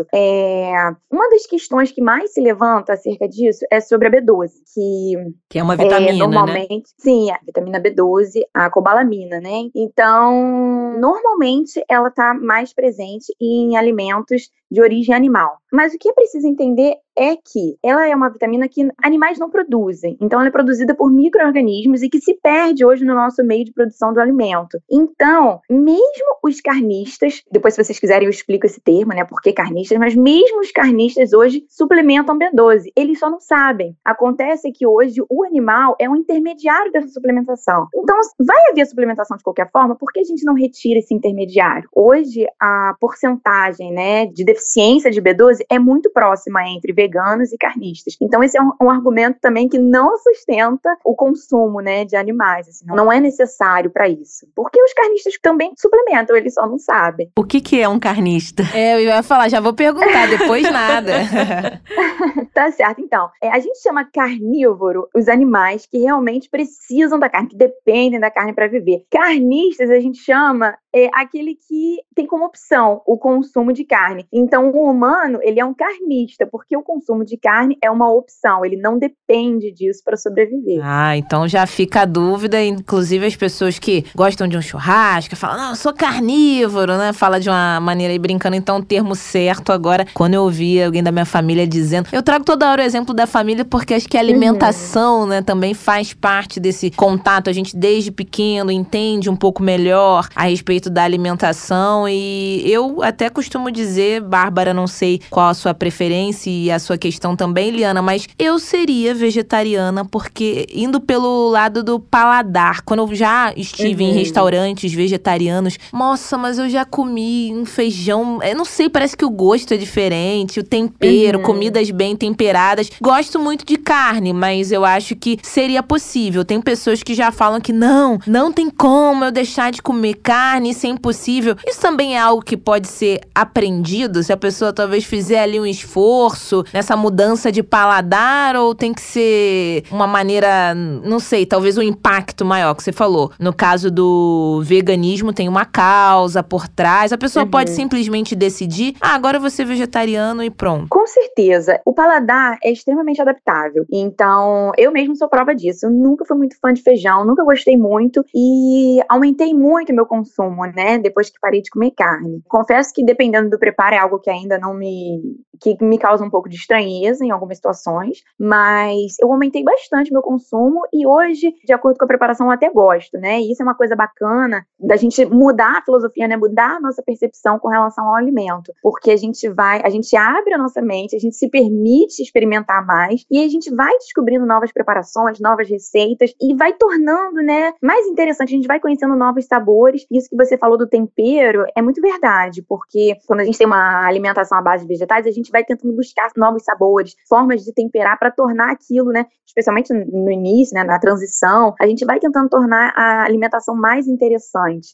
Speaker 4: Uma das questões que mais se levanta acerca disso é sobre a B12,
Speaker 2: que é uma vitamina,
Speaker 4: normalmente, né? Sim, a vitamina B12, a cobalamina, né? Então, normalmente ela está mais presente em alimentos de origem animal. Mas o que é preciso entender é que ela é uma vitamina que animais não produzem. Então, ela é produzida por micro-organismos e que se perde hoje no nosso meio de produção do alimento. Então, mesmo os carnistas, depois se vocês quiserem eu explico esse termo, né, por que carnistas, mas mesmo os carnistas hoje suplementam B12. Eles só não sabem. Acontece que hoje o animal é um intermediário dessa suplementação. Então, vai haver suplementação de qualquer forma, por que a gente não retira esse intermediário? Hoje, a porcentagem, né, de
Speaker 5: deficiência de B12 é muito próxima entre veganos e carnistas. Então esse é um argumento também que não sustenta o consumo, né, de animais. Assim, não é necessário para isso. Porque os carnistas também suplementam, eles só não sabem.
Speaker 2: O que é um carnista?
Speaker 3: Eu ia falar, já vou perguntar, depois nada.
Speaker 5: Tá certo, então. A gente chama carnívoro os animais que realmente precisam da carne, que dependem da carne para viver. Carnistas a gente chama aquele que tem como opção o consumo de carne. Então, o humano, ele é um carnista, porque o consumo de carne é uma opção, ele não depende disso para sobreviver.
Speaker 3: Então já fica a dúvida, inclusive as pessoas que gostam de um churrasco, falam, não, eu sou carnívoro, né? Fala de uma maneira aí brincando, então o termo certo agora, quando eu ouvi alguém da minha família dizendo, eu trago toda hora o exemplo da família, porque acho que a alimentação, né, também faz parte desse contato, a gente desde pequeno entende um pouco melhor a respeito da alimentação e eu até costumo dizer, Bárbara, não sei qual a sua preferência e a sua questão também, Liana, mas eu seria vegetariana porque indo pelo lado do paladar, quando eu já estive em restaurantes vegetarianos, nossa, mas eu já comi um feijão, eu não sei, parece que o gosto é diferente, o tempero, comidas bem temperadas, gosto muito de carne, mas eu acho que seria possível, tem pessoas que já falam que não tem como eu deixar de comer carne, isso é impossível. Isso também é algo que pode ser aprendido? Se a pessoa talvez fizer ali um esforço nessa mudança de paladar, ou tem que ser uma maneira, não sei, talvez um impacto maior que você falou. No caso do veganismo tem uma causa por trás. A pessoa pode simplesmente decidir, agora eu vou ser vegetariano e pronto.
Speaker 5: Com certeza. O paladar é extremamente adaptável. Então, eu mesmo sou prova disso. Eu nunca fui muito fã de feijão, nunca gostei muito e aumentei muito meu consumo, né, depois que parei de comer carne. Confesso que dependendo do preparo é algo que ainda que me causa um pouco de estranheza em algumas situações, mas eu aumentei bastante meu consumo e hoje, de acordo com a preparação, eu até gosto, né, e isso é uma coisa bacana da gente mudar a filosofia, né, mudar a nossa percepção com relação ao alimento, porque a gente abre a nossa mente, a gente se permite experimentar mais e a gente vai descobrindo novas preparações, novas receitas e vai tornando, né, mais interessante, a gente vai conhecendo novos sabores. Isso que você falou do tempero é muito verdade, porque quando a gente tem uma alimentação à base de vegetais, a gente vai tentando buscar novos sabores, formas de temperar para tornar aquilo, né, especialmente no início, né, na transição, a gente vai tentando tornar a alimentação mais interessante.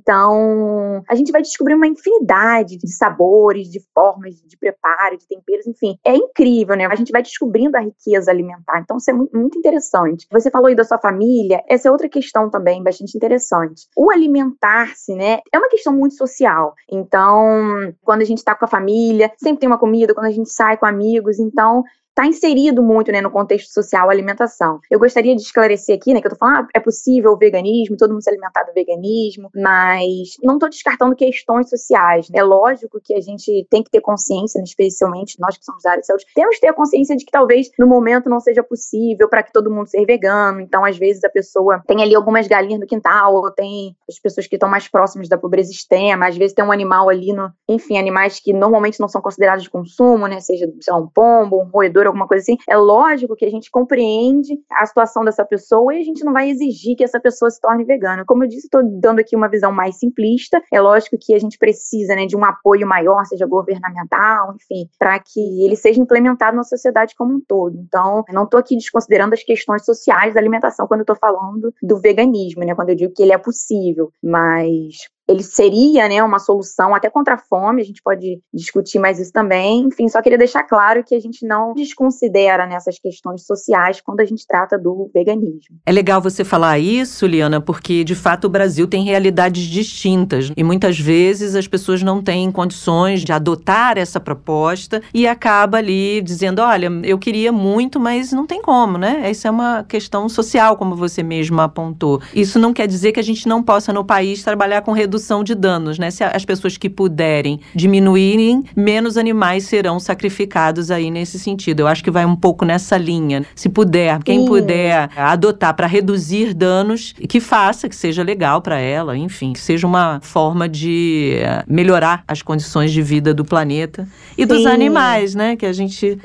Speaker 5: Então, a gente vai descobrir uma infinidade de sabores, de formas de preparo, de temperos, enfim. É incrível, né? A gente vai descobrindo a riqueza alimentar. Então, isso é muito interessante. Você falou aí da sua família, essa é outra questão também bastante interessante. O alimentar-se, né, é uma questão muito social. Então, quando a gente tá com a família, sempre tem uma comida, quando a gente sai com amigos, então está inserido muito, né, no contexto social a alimentação. Eu gostaria de esclarecer aqui, né, que eu tô falando, é possível o veganismo, todo mundo se alimentar do veganismo, mas não tô descartando questões sociais. É lógico que a gente tem que ter consciência, né, especialmente nós que somos da área de saúde, temos que ter a consciência de que talvez no momento não seja possível para que todo mundo seja vegano, então às vezes a pessoa tem ali algumas galinhas no quintal, ou tem as pessoas que estão mais próximas da pobreza extrema, às vezes tem um animal ali, enfim, animais que normalmente não são considerados de consumo, né, seja, sei lá, um pombo, um roedor, alguma coisa assim, é lógico que a gente compreende a situação dessa pessoa e a gente não vai exigir que essa pessoa se torne vegana. Como eu disse, estou dando aqui uma visão mais simplista, é lógico que a gente precisa, né, de um apoio maior, seja governamental, enfim, para que ele seja implementado na sociedade como um todo. Então, eu não estou aqui desconsiderando as questões sociais da alimentação quando eu estou falando do veganismo, né, quando eu digo que ele é possível, mas ele seria, né, uma solução até contra a fome, a gente pode discutir mais isso também. Enfim, só queria deixar claro que a gente não desconsidera nessas questões sociais quando a gente trata do veganismo.
Speaker 2: É legal você falar isso, Liana, porque de fato o Brasil tem realidades distintas e muitas vezes as pessoas não têm condições de adotar essa proposta e acaba ali dizendo, olha, eu queria muito, mas não tem como, né? Essa é uma questão social, como você mesma apontou. Isso não quer dizer que a gente não possa no país trabalhar com redução de danos, né? Se as pessoas que puderem diminuírem, menos animais serão sacrificados aí nesse sentido. Eu acho que vai um pouco nessa linha. Se puder, quem puder adotar para reduzir danos, que faça, que seja legal para ela, enfim, que seja uma forma de melhorar as condições de vida do planeta e dos animais, né? Que a gente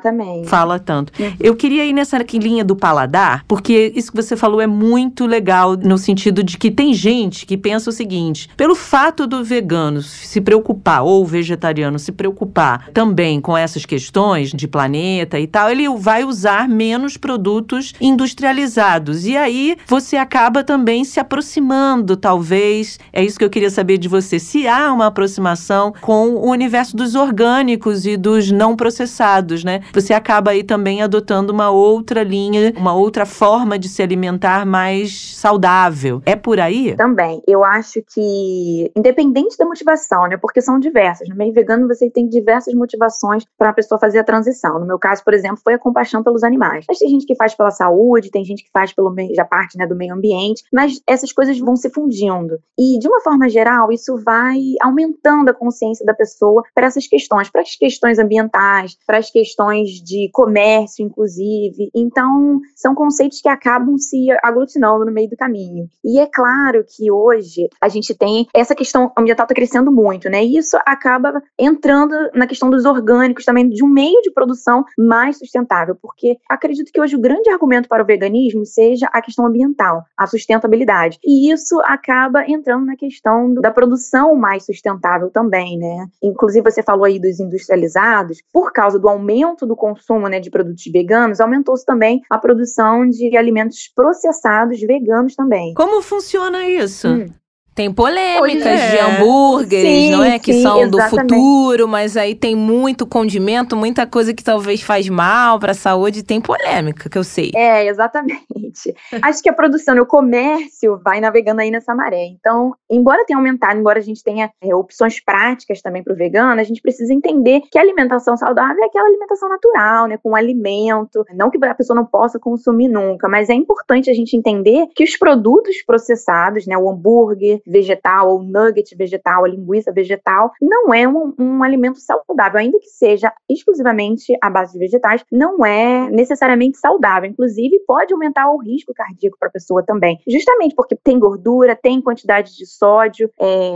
Speaker 2: fala tanto. Eu queria ir nessa linha do paladar, porque isso que você falou é muito legal no sentido de que tem gente que pensa o seguinte, seguinte, pelo fato do vegano se preocupar, ou o vegetariano se preocupar também com essas questões de planeta e tal, ele vai usar menos produtos industrializados. E aí você acaba também se aproximando, talvez, é isso que eu queria saber de você, se há uma aproximação com o universo dos orgânicos e dos não processados, né? Você acaba aí também adotando uma outra linha, uma outra forma de se alimentar mais saudável. É por aí?
Speaker 5: Também. Eu acho que, independente da motivação, né? Porque são diversas. No meio vegano, você tem diversas motivações para a pessoa fazer a transição. No meu caso, por exemplo, foi a compaixão pelos animais. Mas tem gente que faz pela saúde, tem gente que faz pelo meio, já parte, né, do meio ambiente, mas essas coisas vão se fundindo. E, de uma forma geral, isso vai aumentando a consciência da pessoa para essas questões, para as questões ambientais, para as questões de comércio, inclusive. Então, são conceitos que acabam se aglutinando no meio do caminho. E é claro que hoje a gente tem essa questão ambiental está crescendo muito, né? E isso acaba entrando na questão dos orgânicos também, de um meio de produção mais sustentável, porque acredito que hoje o grande argumento para o veganismo seja a questão ambiental, a sustentabilidade. E isso acaba entrando na questão da produção mais sustentável também, né? Inclusive você falou aí dos industrializados, por causa do aumento do consumo, né, de produtos veganos, aumentou-se também a produção de alimentos processados veganos também.
Speaker 2: Como funciona isso?
Speaker 3: Tem polêmicas de hambúrgueres,
Speaker 5: sim,
Speaker 3: não é? Que
Speaker 5: sim,
Speaker 3: são
Speaker 5: exatamente.
Speaker 3: do futuro, mas aí tem muito condimento, muita coisa que talvez faz mal para a saúde. Tem polêmica, que eu sei.
Speaker 5: Exatamente. Acho que a produção e o comércio vai navegando aí nessa maré. Então, embora tenha aumentado, embora a gente tenha opções práticas também para o vegano, a gente precisa entender que a alimentação saudável é aquela alimentação natural, né? Com alimento. Não que a pessoa não possa consumir nunca, mas é importante a gente entender que os produtos processados, né? O hambúrguer vegetal, ou nugget vegetal, a linguiça vegetal, não é um alimento saudável, ainda que seja exclusivamente à base de vegetais, não é necessariamente saudável, inclusive pode aumentar o risco cardíaco para a pessoa também, justamente porque tem gordura, tem quantidades de sódio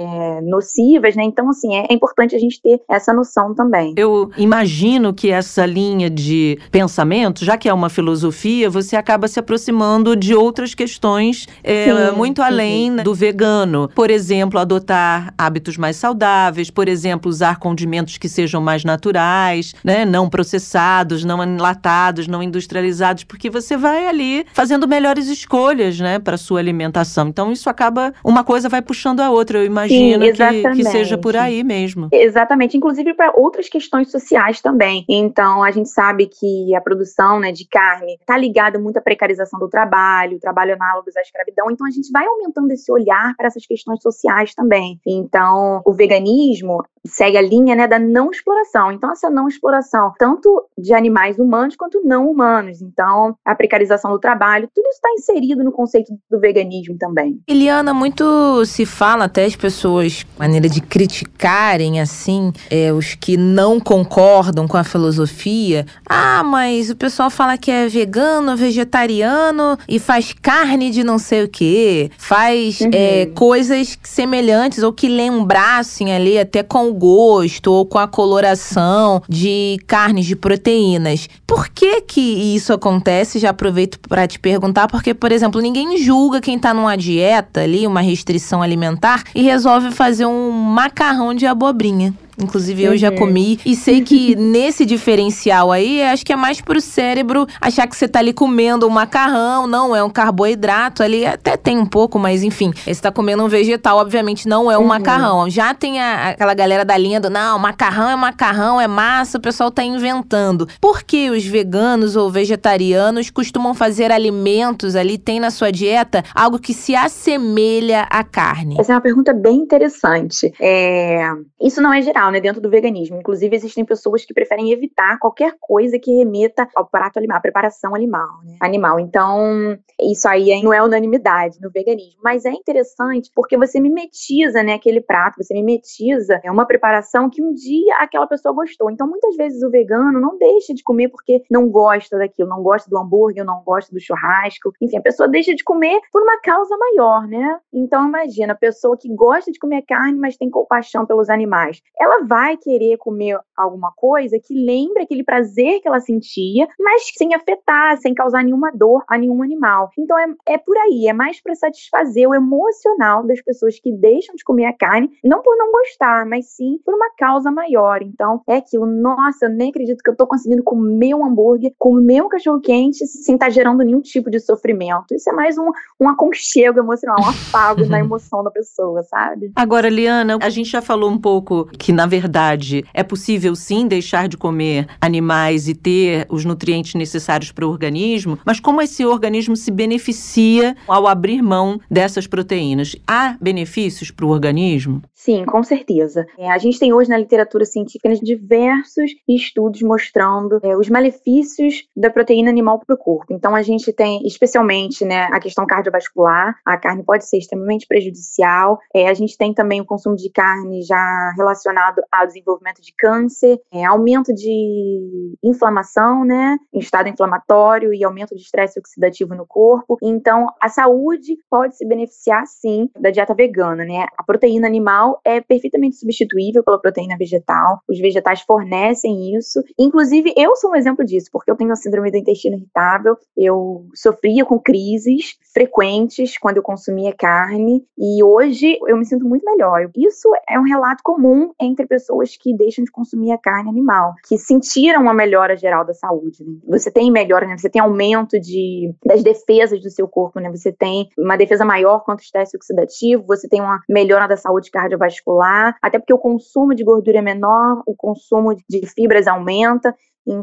Speaker 5: nocivas, né? Então, assim, é importante a gente ter essa noção também.
Speaker 2: Eu imagino que essa linha de pensamento, já que é uma filosofia, você acaba se aproximando de outras questões muito além do vegano. Por exemplo, adotar hábitos mais saudáveis, por exemplo, usar condimentos que sejam mais naturais, né? Não processados, não enlatados, não industrializados, porque você vai ali fazendo melhores escolhas, né, para sua alimentação. Então, isso acaba, uma coisa vai puxando a outra. Eu imagino que seja por aí mesmo.
Speaker 5: Exatamente, inclusive para outras questões sociais também. Então, a gente sabe que a produção, né, de carne está ligada muito à precarização do trabalho análogos à escravidão. Então, a gente vai aumentando esse olhar para essas questões sociais também. Então, o veganismo segue a linha, né, da não exploração. Então, essa não exploração, tanto de animais humanos quanto não humanos. Então, a precarização do trabalho, tudo isso está inserido no conceito do veganismo também.
Speaker 3: Eliana, muito se fala, até as pessoas, maneira de criticarem, assim, os que não concordam com a filosofia. Mas o pessoal fala que é vegano, vegetariano e faz carne de não sei o quê. Faz coisas semelhantes ou que lembrassem ali até com o gosto ou com a coloração de carnes, de proteínas. Por que isso acontece? Já aproveito para te perguntar, porque, por exemplo, ninguém julga quem tá numa dieta ali, uma restrição alimentar, e resolve fazer um macarrão de abobrinha. Inclusive, eu já comi. E sei que nesse diferencial aí, acho que é mais pro cérebro achar que você tá ali comendo um macarrão. Não, é um carboidrato ali. Até tem um pouco, mas enfim. Você tá comendo um vegetal, obviamente não é um macarrão. Já tem aquela galera da linha do, não, macarrão, é massa, o pessoal tá inventando. Por que os veganos ou vegetarianos costumam fazer alimentos ali, tem na sua dieta, algo que se assemelha à carne?
Speaker 5: Essa é uma pergunta bem interessante. Isso não é geral, né, dentro do veganismo. Inclusive, existem pessoas que preferem evitar qualquer coisa que remeta ao prato animal, à preparação animal. Então, isso aí não é unanimidade no veganismo. Mas é interessante porque você mimetiza, né, aquele prato, você mimetiza uma preparação que um dia aquela pessoa gostou. Então, muitas vezes o vegano não deixa de comer porque não gosta daquilo, não gosta do hambúrguer, não gosta do churrasco. Enfim, a pessoa deixa de comer por uma causa maior, né? Então, imagina, a pessoa que gosta de comer carne, mas tem compaixão pelos animais. Ela ela vai querer comer alguma coisa que lembre aquele prazer que ela sentia, mas sem afetar, sem causar nenhuma dor a nenhum animal. Então é por aí, é mais para satisfazer o emocional das pessoas que deixam de comer a carne, não por não gostar, mas sim por uma causa maior. Então é aquilo, nossa, eu nem acredito que eu tô conseguindo comer um hambúrguer, comer um cachorro-quente sem estar gerando nenhum tipo de sofrimento. Isso é mais um aconchego emocional, um afago na emoção da pessoa, sabe?
Speaker 2: Agora, Liana, a gente já falou um pouco que, na verdade, é possível sim deixar de comer animais e ter os nutrientes necessários para o organismo, mas como esse organismo se beneficia ao abrir mão dessas proteínas? Há benefícios para o organismo?
Speaker 5: Sim, com certeza. A gente tem hoje na literatura científica diversos estudos mostrando os malefícios da proteína animal para o corpo. Então a gente tem especialmente, né, a questão cardiovascular, a carne pode ser extremamente prejudicial. A gente tem também o consumo de carne já relacionado ao desenvolvimento de câncer, aumento de inflamação, né, em estado inflamatório e aumento de estresse oxidativo no corpo. Então a saúde pode se beneficiar sim da dieta vegana, né? A proteína animal é perfeitamente substituível pela proteína vegetal. Os vegetais fornecem isso. Inclusive, eu sou um exemplo disso, porque eu tenho a síndrome do intestino irritável. Eu sofria com crises frequentes quando eu consumia carne e hoje eu me sinto muito melhor. Isso é um relato comum entre pessoas que deixam de consumir a carne animal, que sentiram uma melhora geral da saúde, né? Você tem melhora, né? Você tem aumento das defesas do seu corpo, né? Você tem uma defesa maior contra o estresse oxidativo, você tem uma melhora da saúde cardiovascular, até porque o consumo de gordura é menor, o consumo de fibras aumenta.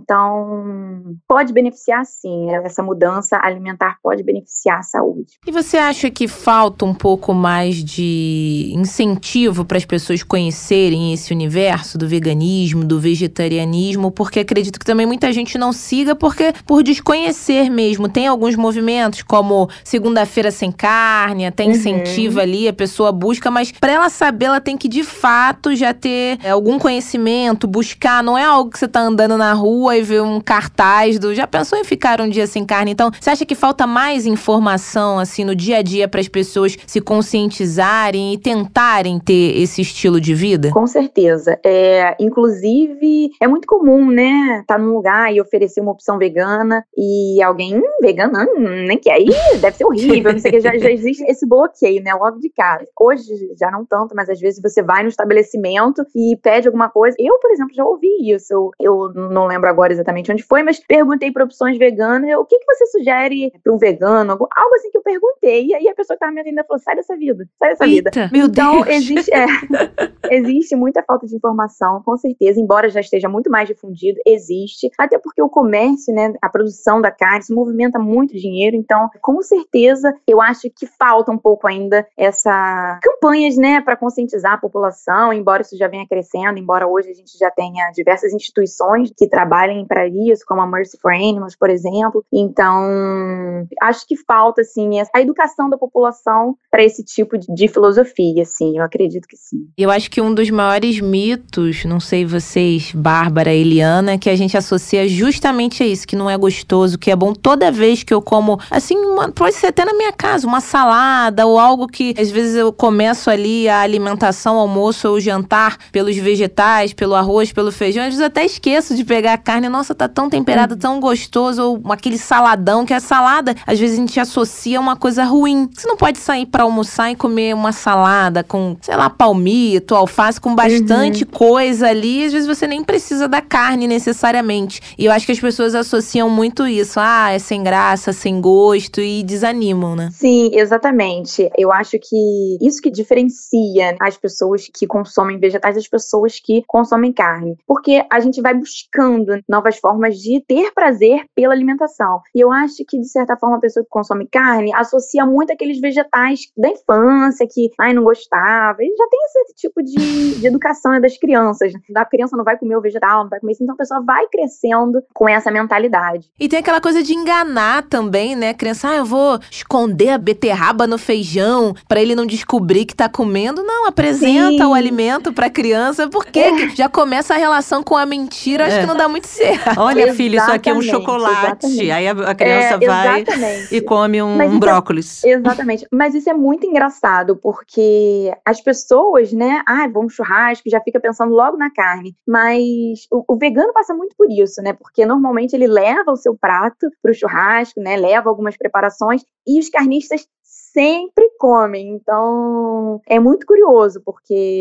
Speaker 5: Então, pode beneficiar sim, essa mudança alimentar pode beneficiar a saúde.
Speaker 3: E você acha que falta um pouco mais de incentivo para as pessoas conhecerem esse universo do veganismo, do vegetarianismo? Porque acredito que também muita gente não siga porque por desconhecer mesmo. Tem alguns movimentos como segunda-feira sem carne, até incentiva ali, a pessoa busca, mas para ela saber, ela tem que de fato já ter algum conhecimento, buscar, não é algo que você tá andando na rua e ver um cartaz já pensou em ficar um dia sem carne? Então, você acha que falta mais informação, assim, no dia a dia para as pessoas se conscientizarem e tentarem ter esse estilo de vida?
Speaker 5: Com certeza. Inclusive, é muito comum, né, estar num lugar e oferecer uma opção vegana e alguém, vegana, nem quer ir, deve ser horrível, não sei o que, já existe esse bloqueio, né, logo de cara. Hoje, já não tanto, mas às vezes você vai no estabelecimento e pede alguma coisa. Eu, por exemplo, já ouvi isso. Eu não lembro agora exatamente onde foi, mas perguntei para opções veganas, o que você sugere para um vegano? Algo assim que eu perguntei, e aí a pessoa que estava me atendendo falou, sai dessa vida.
Speaker 2: Eita, meu
Speaker 5: então,
Speaker 2: Deus.
Speaker 5: existe muita falta de informação, com certeza, embora já esteja muito mais difundido, existe, até porque o comércio, né, a produção da carne, isso movimenta muito dinheiro, então, com certeza, eu acho que falta um pouco ainda essa campanhas, né, para conscientizar a população, embora isso já venha crescendo, embora hoje a gente já tenha diversas instituições que trabalhem para isso, como a Mercy for Animals, por exemplo. Então, acho que falta, assim, a educação da população para esse tipo de filosofia, assim, eu acredito que sim.
Speaker 3: Eu acho que um dos maiores mitos, não sei vocês, Bárbara e Eliana, é que a gente associa justamente a isso, que não é gostoso, que é bom toda vez que eu como, assim, pode ser até na minha casa, uma salada ou algo que, às vezes eu começo ali a alimentação, almoço ou jantar pelos vegetais, pelo arroz, pelo feijão, às vezes eu até esqueço de pegar a carne, nossa, tá tão temperada, tão gostoso, ou aquele saladão, que a salada, às vezes a gente associa a uma coisa ruim. Você não pode sair pra almoçar e comer uma salada com, sei lá, palmito, alface, com bastante coisa ali, às vezes você nem precisa da carne necessariamente. E eu acho que as pessoas associam muito isso, é sem graça, sem gosto, e desanimam, né?
Speaker 5: Sim, exatamente. Eu acho que isso que diferencia as pessoas que consomem vegetais das pessoas que consomem carne, porque a gente vai buscando novas formas de ter prazer pela alimentação. E eu acho que, de certa forma, a pessoa que consome carne associa muito aqueles vegetais da infância, que, não gostava. E já tem esse tipo de educação, né, das crianças. A criança não vai comer o vegetal, não vai comer isso. Então a pessoa vai crescendo com essa mentalidade.
Speaker 3: E tem aquela coisa de enganar também, né? A criança, eu vou esconder a beterraba no feijão pra ele não descobrir que tá comendo. Não, apresenta o alimento pra criança, porque já começa a relação com a mentira. Acho que não dá muito muito certo.
Speaker 2: Olha, filho, isso aqui é um chocolate.
Speaker 5: Exatamente.
Speaker 2: Aí a criança vai e come um brócolis.
Speaker 5: Exatamente. Mas isso é muito engraçado, porque as pessoas, né, vamos churrasco, já fica pensando logo na carne. Mas o vegano passa muito por isso, né? Porque normalmente ele leva o seu prato pro churrasco, né? Leva algumas preparações e os carnistas sempre comem. Então, é muito curioso, porque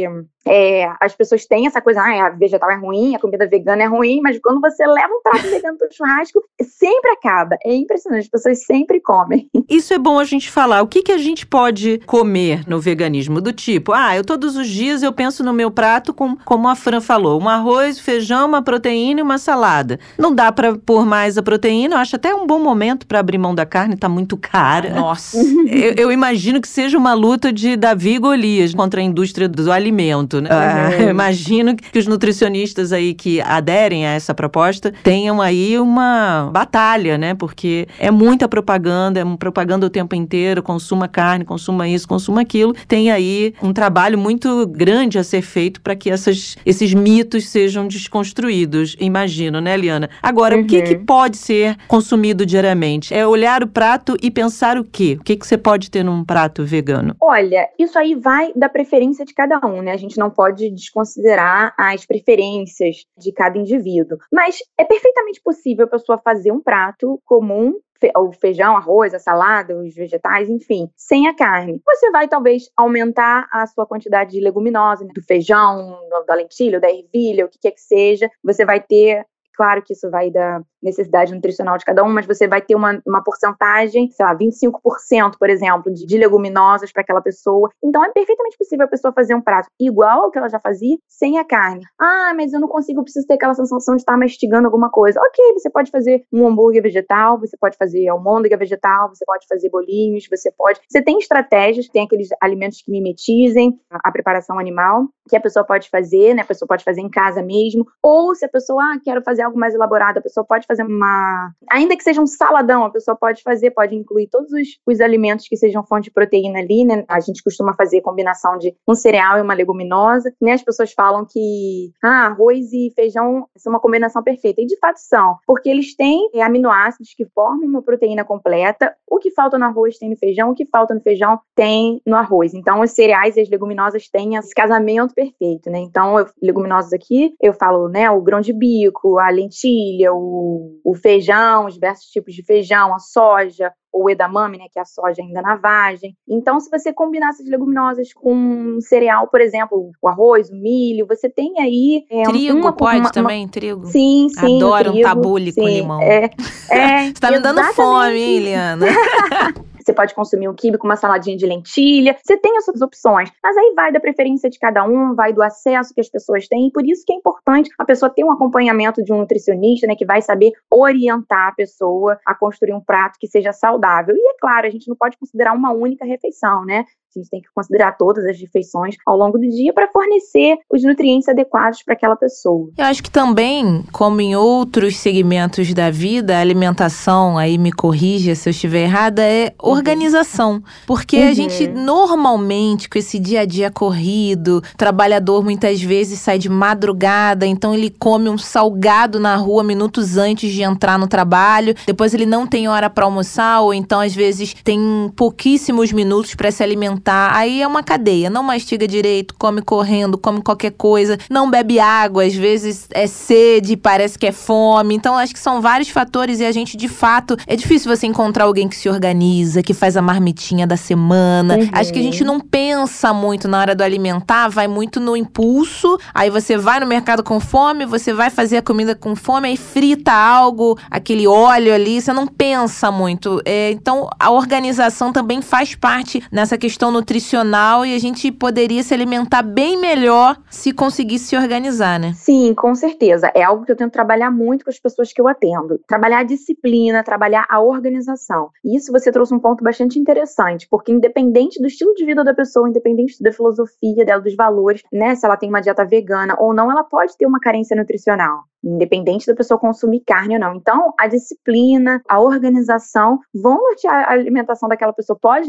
Speaker 5: as pessoas têm essa coisa, a vegetal é ruim, a comida vegana é ruim, mas quando você leva um prato vegano pro churrasco, sempre acaba. É impressionante, as pessoas sempre comem.
Speaker 2: Isso é bom a gente falar. O que a gente pode comer no veganismo? Do tipo, eu todos os dias eu penso no meu prato como a Fran falou, um arroz, feijão, uma proteína e uma salada. Não dá pra pôr mais a proteína, eu acho até um bom momento pra abrir mão da carne, tá muito cara.
Speaker 3: Nossa.
Speaker 2: Eu imagino que seja uma luta de Davi e Golias contra a indústria do alimento, né? Eu imagino que os nutricionistas aí que aderem a essa proposta tenham aí uma batalha, né? Porque é muita propaganda, propaganda o tempo inteiro, consuma carne, consuma isso, consuma aquilo. Tem aí um trabalho muito grande a ser feito para que esses mitos sejam desconstruídos, imagino, né, Liana? Agora, o que pode ser consumido diariamente? É olhar o prato e pensar o quê? O que você pode ter num prato vegano?
Speaker 5: Olha, isso aí vai da preferência de cada um, né? A gente não pode desconsiderar as preferências de cada indivíduo. Mas é perfeitamente possível a pessoa fazer um prato comum, o feijão, arroz, a salada, os vegetais, enfim, sem a carne. Você vai, talvez, aumentar a sua quantidade de leguminosa, né? Do feijão, da lentilha, da ervilha, o que quer que seja. Você vai ter... Claro que isso vai da necessidade nutricional de cada um, mas você vai ter uma porcentagem, sei lá, 25%, por exemplo, de leguminosas para aquela pessoa. Então, é perfeitamente possível a pessoa fazer um prato igual ao que ela já fazia, sem a carne. Mas eu não consigo, eu preciso ter aquela sensação de estar mastigando alguma coisa. Ok, você pode fazer um hambúrguer vegetal, você pode fazer almôndega vegetal, você pode fazer bolinhos, Você tem estratégias, tem aqueles alimentos que mimetizem a preparação animal, que a pessoa pode fazer, né? A pessoa pode fazer em casa mesmo. Ou se a pessoa, quero fazer algo mais elaborado, a pessoa pode fazer ainda que seja um saladão, a pessoa pode incluir todos os alimentos que sejam fonte de proteína ali, né? A gente costuma fazer combinação de um cereal e uma leguminosa, né? As pessoas falam que arroz e feijão são uma combinação perfeita, e de fato são, porque eles têm aminoácidos que formam uma proteína completa. O que falta no arroz tem no feijão, o que falta no feijão tem no arroz. Então, os cereais e as leguminosas têm esse casamento perfeito, né? Então, leguminosas aqui, eu falo, né, o grão de bico, a lentilha, o feijão, os diversos tipos de feijão, a soja, ou o edamame, né, que é a soja ainda na vagem. Então, se você combinar essas leguminosas com um cereal, por exemplo, o arroz, o milho, você tem aí...
Speaker 3: Trigo também? Trigo?
Speaker 5: Sim.
Speaker 3: Adoro
Speaker 5: trigo,
Speaker 3: um tabule com limão. Você tá me dando fome, hein, Liana?
Speaker 5: Você pode consumir um quibe com uma saladinha de lentilha. Você tem essas opções. Mas aí vai da preferência de cada um, vai do acesso que as pessoas têm. E por isso que é importante a pessoa ter um acompanhamento de um nutricionista, né, que vai saber orientar a pessoa a construir um prato que seja saudável. E é claro, a gente não pode considerar uma única refeição, né? A gente tem que considerar todas as refeições ao longo do dia para fornecer os nutrientes adequados para aquela pessoa.
Speaker 3: Eu acho que também, como em outros segmentos da vida, a alimentação, aí me corrija se eu estiver errada, é organização. Porque a gente normalmente, com esse dia a dia corrido, o trabalhador muitas vezes sai de madrugada, então ele come um salgado na rua minutos antes de entrar no trabalho, depois ele não tem hora para almoçar, ou então às vezes tem pouquíssimos minutos para se alimentar. Aí é uma cadeia, não mastiga direito, come correndo, come qualquer coisa, não bebe água, às vezes é sede, parece que é fome. Então acho que são vários fatores e a gente, de fato, é difícil você encontrar alguém que se organiza, que faz a marmitinha da semana. Acho que a gente não pensa muito na hora do alimentar, vai muito no impulso. Aí você vai no mercado com fome, você vai fazer a comida com fome, aí frita algo, aquele óleo ali, você não pensa muito. Então a organização também faz parte nessa questão nutricional e a gente poderia se alimentar bem melhor se conseguisse se organizar, né?
Speaker 5: Sim, com certeza. É algo que eu tento trabalhar muito com as pessoas que eu atendo. Trabalhar a disciplina, trabalhar a organização. E isso você trouxe um ponto bastante interessante, porque independente do estilo de vida da pessoa, independente da filosofia dela, dos valores, né, se ela tem uma dieta vegana ou não, ela pode ter uma carência nutricional, independente da pessoa consumir carne ou não. Então, a disciplina, a organização vão nortear a alimentação daquela pessoa. Pode, né,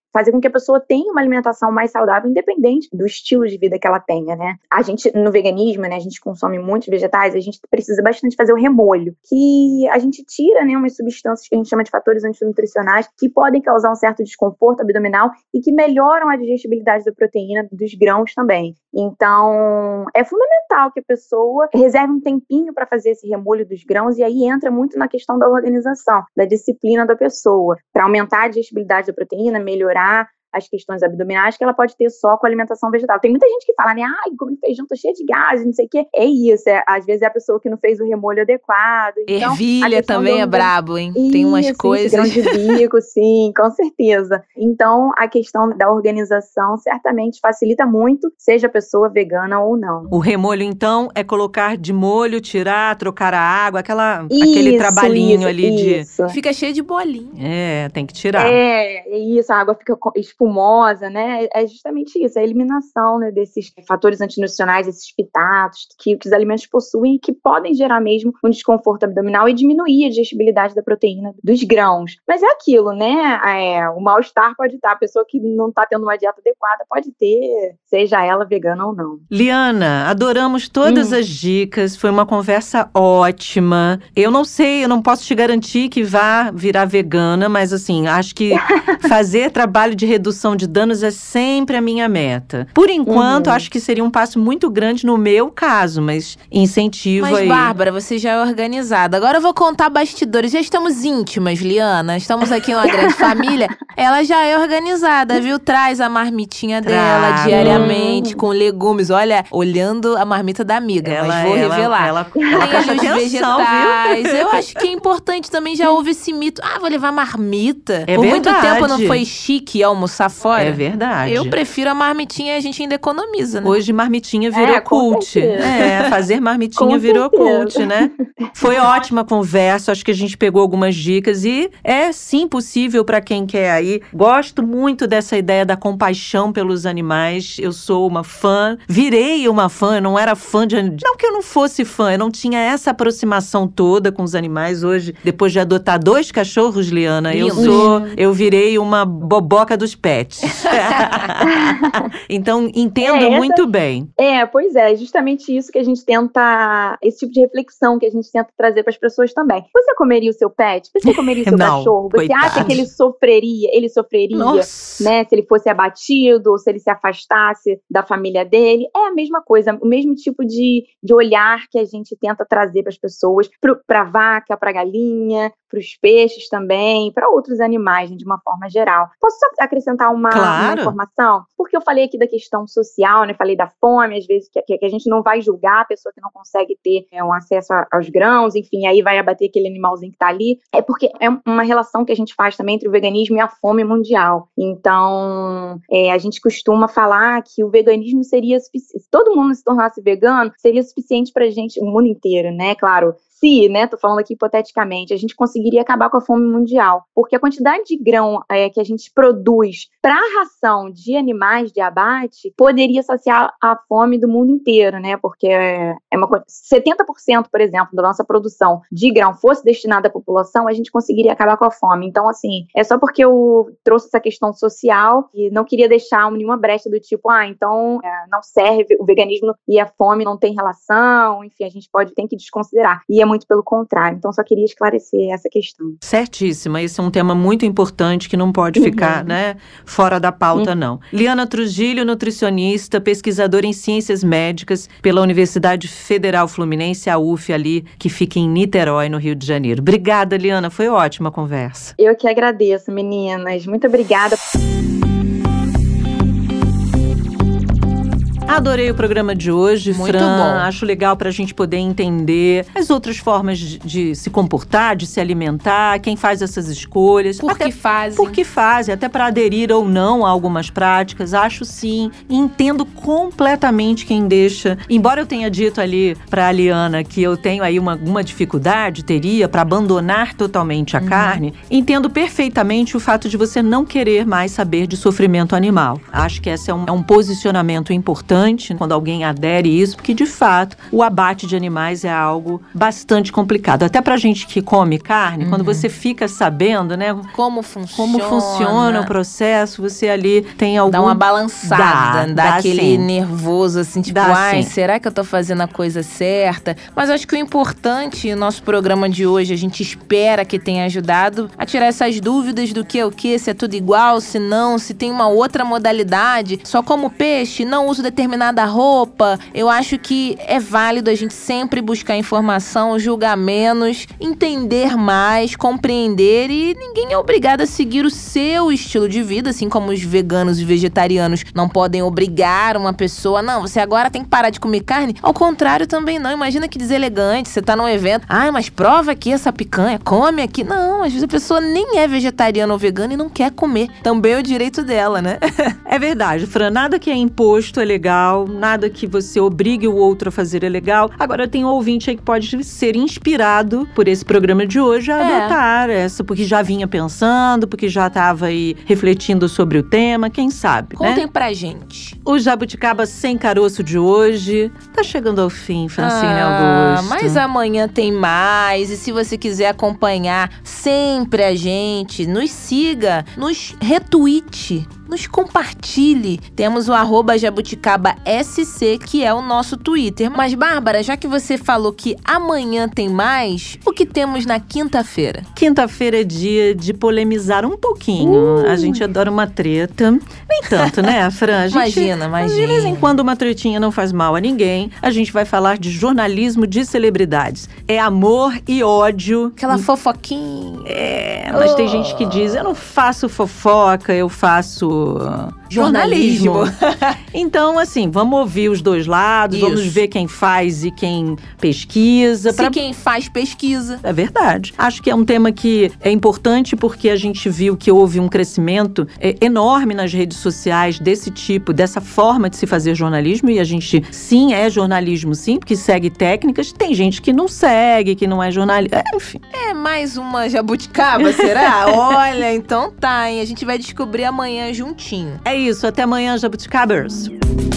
Speaker 5: fazer com que a pessoa tenha uma alimentação mais saudável, independente do estilo de vida que ela tenha, né? A gente, no veganismo, né, a gente consome muitos vegetais, a gente precisa bastante fazer o remolho, que a gente tira, né, umas substâncias que a gente chama de fatores antinutricionais, que podem causar um certo desconforto abdominal e que melhoram a digestibilidade da proteína dos grãos também. Então, é fundamental que a pessoa reserve um tempinho para fazer esse remolho dos grãos, e aí entra muito na questão da organização, da disciplina da pessoa, para aumentar a digestibilidade da proteína, melhorar as questões abdominais que ela pode ter só com a alimentação vegetal. Tem muita gente que fala, né, comi feijão, tô cheia de gases, não sei o quê. É isso, às vezes é a pessoa que não fez o remolho adequado. Então,
Speaker 3: ervilha também é brabo, hein? Tem umas coisas.
Speaker 5: Grão de bico, sim, com certeza. Então, a questão da organização certamente facilita muito, seja a pessoa vegana ou não.
Speaker 2: O remolho, então, é colocar de molho, tirar, trocar a água, aquele trabalhinho ali
Speaker 3: de... Fica cheio de bolinha.
Speaker 2: Tem que tirar.
Speaker 5: Isso, a água fica espumosa, né? É justamente isso, a eliminação, né, desses fatores antinutricionais, esses fitatos que os alimentos possuem e que podem gerar mesmo um desconforto abdominal e diminuir a digestibilidade da proteína dos grãos. Mas é aquilo, né? O mal-estar pode estar, a pessoa que não está tendo uma dieta adequada pode ter, seja ela vegana ou não.
Speaker 2: Liana, adoramos todas as dicas, foi uma conversa ótima. Eu não sei, eu não posso te garantir que vá virar vegana, mas assim, acho que fazer trabalho de redução de danos é sempre a minha meta. Por enquanto, acho que seria um passo muito grande no meu caso, mas incentivo aí.
Speaker 3: Mas, Bárbara, você já é organizada. Agora eu vou contar bastidores. Já estamos íntimas, Liana. Estamos aqui numa grande família. Ela já é organizada, viu? Traz a marmitinha dela diariamente, com legumes. Olha, olhando a marmita da amiga, mas vou revelar.
Speaker 2: Ela presta atenção,
Speaker 3: vegetais. Viu? Eu acho que é importante também, já houve esse mito. Vou levar marmita. Por muito tempo não foi chique almoçar fora.
Speaker 2: É verdade.
Speaker 3: Eu prefiro a marmitinha e a gente ainda economiza, né?
Speaker 2: Hoje marmitinha virou cult. Fazer marmitinha virou cult, né? Foi ótima conversa, acho que a gente pegou algumas dicas e é sim possível para quem quer aí. Gosto muito dessa ideia da compaixão pelos animais. Eu sou uma fã, virei uma fã, eu não era fã de... Não que eu não fosse fã, eu não tinha essa aproximação toda com os animais. Hoje, depois de adotar 2 cachorros, Liana, eu virei uma boboca dos pets. Então, entendo muito bem.
Speaker 5: Pois é justamente isso que a gente tenta, esse tipo de reflexão que a gente tenta trazer para as pessoas também. Você comeria o seu pet? Você comeria o seu cachorro? Você acha que ele sofreria, né, se ele fosse abatido ou se ele se afastasse da família dele? É a mesma coisa, o mesmo tipo de olhar que a gente tenta trazer para as pessoas, para a vaca, para a galinha, para os peixes também, para outros animais, né, de uma forma geral. Posso só acrescentar uma informação? Porque eu falei aqui da questão social, né? Falei da fome, às vezes que a gente não vai julgar a pessoa que não consegue ter um acesso aos grãos, enfim, aí vai abater aquele animalzinho que tá ali. É porque é uma relação que a gente faz também entre o veganismo e a fome mundial. Então, a gente costuma falar que o veganismo seria suficiente, se todo mundo se tornasse vegano, seria suficiente pra gente, o mundo inteiro, né? Claro, se, né, tô falando aqui hipoteticamente, a gente conseguiria acabar com a fome mundial, porque a quantidade de grão que a gente produz para a ração de animais de abate poderia saciar a fome do mundo inteiro, né, porque 70%, por exemplo, da nossa produção de grão fosse destinada à população, a gente conseguiria acabar com a fome. Então, assim, é só porque eu trouxe essa questão social e não queria deixar nenhuma brecha do tipo, então não serve, o veganismo e a fome não tem relação, enfim, a gente tem que desconsiderar. E é muito pelo contrário. Então, só queria esclarecer essa questão.
Speaker 2: Certíssima. Esse é um tema muito importante que não pode ficar, né, fora da pauta, não. Liana Trujillo, nutricionista, pesquisadora em ciências médicas pela Universidade Federal Fluminense, a UF ali, que fica em Niterói, no Rio de Janeiro. Obrigada, Liana. Foi ótima a conversa.
Speaker 5: Eu que agradeço, meninas. Muito obrigada.
Speaker 2: Adorei o programa de hoje,
Speaker 3: muito
Speaker 2: Fran.
Speaker 3: Bom.
Speaker 2: Acho legal pra gente poder entender as outras formas de se comportar, de se alimentar, quem faz essas escolhas.
Speaker 3: Por que
Speaker 2: fazem, até pra aderir ou não a algumas práticas. Acho sim. E entendo completamente quem deixa. Embora eu tenha dito ali pra Liana que eu tenho aí uma dificuldade, pra abandonar totalmente a carne, entendo perfeitamente o fato de você não querer mais saber de sofrimento animal. Acho que esse é um posicionamento importante importante quando alguém adere isso, porque de fato o abate de animais é algo bastante complicado. Até pra gente que come carne, quando você fica sabendo, né,
Speaker 3: como
Speaker 2: funciona o processo, você ali tem algum...
Speaker 3: Dá uma balançada, dá aquele
Speaker 2: sim.
Speaker 3: nervoso, assim, tipo, será que eu tô fazendo a coisa certa? Mas acho que o importante, no nosso programa de hoje, a gente espera que tenha ajudado a tirar essas dúvidas do que é o que, se é tudo igual, se não, se tem uma outra modalidade, só como peixe, não uso determinada roupa. Eu acho que é válido a gente sempre buscar informação, julgar menos, entender mais, compreender, e ninguém é obrigado a seguir o seu estilo de vida, assim como os veganos e vegetarianos não podem obrigar uma pessoa, não, você agora tem que parar de comer carne. Ao contrário também não, imagina que deselegante, você tá num evento, mas prova aqui essa picanha, come aqui. Não, às vezes a pessoa nem é vegetariana ou vegana e não quer comer. Também é o direito dela, né?
Speaker 2: É verdade, Fran, nada que é imposto é legal, nada que você obrigue o outro a fazer é legal. Agora tem um ouvinte aí que pode ser inspirado por esse programa de hoje a adotar essa, porque já vinha pensando, porque já estava aí refletindo sobre o tema, quem sabe,
Speaker 3: Contem pra gente.
Speaker 2: O Jabuticaba Sem Caroço de hoje tá chegando ao fim, Francine Augusto.
Speaker 3: Mas amanhã tem mais, e se você quiser acompanhar sempre a gente, nos siga, nos retweete, nos compartilhe. Temos o @JabuticabaSC, que é o nosso Twitter. Mas, Bárbara, já que você falou que amanhã tem mais, o que temos na quinta-feira?
Speaker 2: Quinta-feira é dia de polemizar um pouquinho. A gente adora uma treta. Nem tanto, né, Fran?
Speaker 3: Imagina.
Speaker 2: De vez em quando uma tretinha não faz mal a ninguém. A gente vai falar de jornalismo de celebridades. É amor e ódio.
Speaker 3: Aquela fofoquinha.
Speaker 2: Mas tem gente que diz, eu não faço fofoca, eu faço jornalismo. Então, assim, vamos ouvir os dois lados, vamos ver quem faz e quem pesquisa.
Speaker 3: Quem faz, pesquisa.
Speaker 2: É verdade. Acho que é um tema que é importante porque a gente viu que houve um crescimento enorme nas redes sociais desse tipo, dessa forma de se fazer jornalismo, e a gente, sim, é jornalismo, sim, porque segue técnicas. Tem gente que não segue, que não é jornalista, enfim.
Speaker 3: É mais uma jabuticaba, será? Olha, então tá, hein? A gente vai descobrir amanhã juntinho.
Speaker 2: É isso, até amanhã, jabuticabers.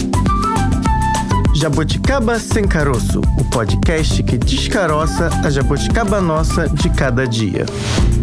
Speaker 1: Jabuticaba Sem Caroço, o podcast que descaroça a jabuticaba nossa de cada dia.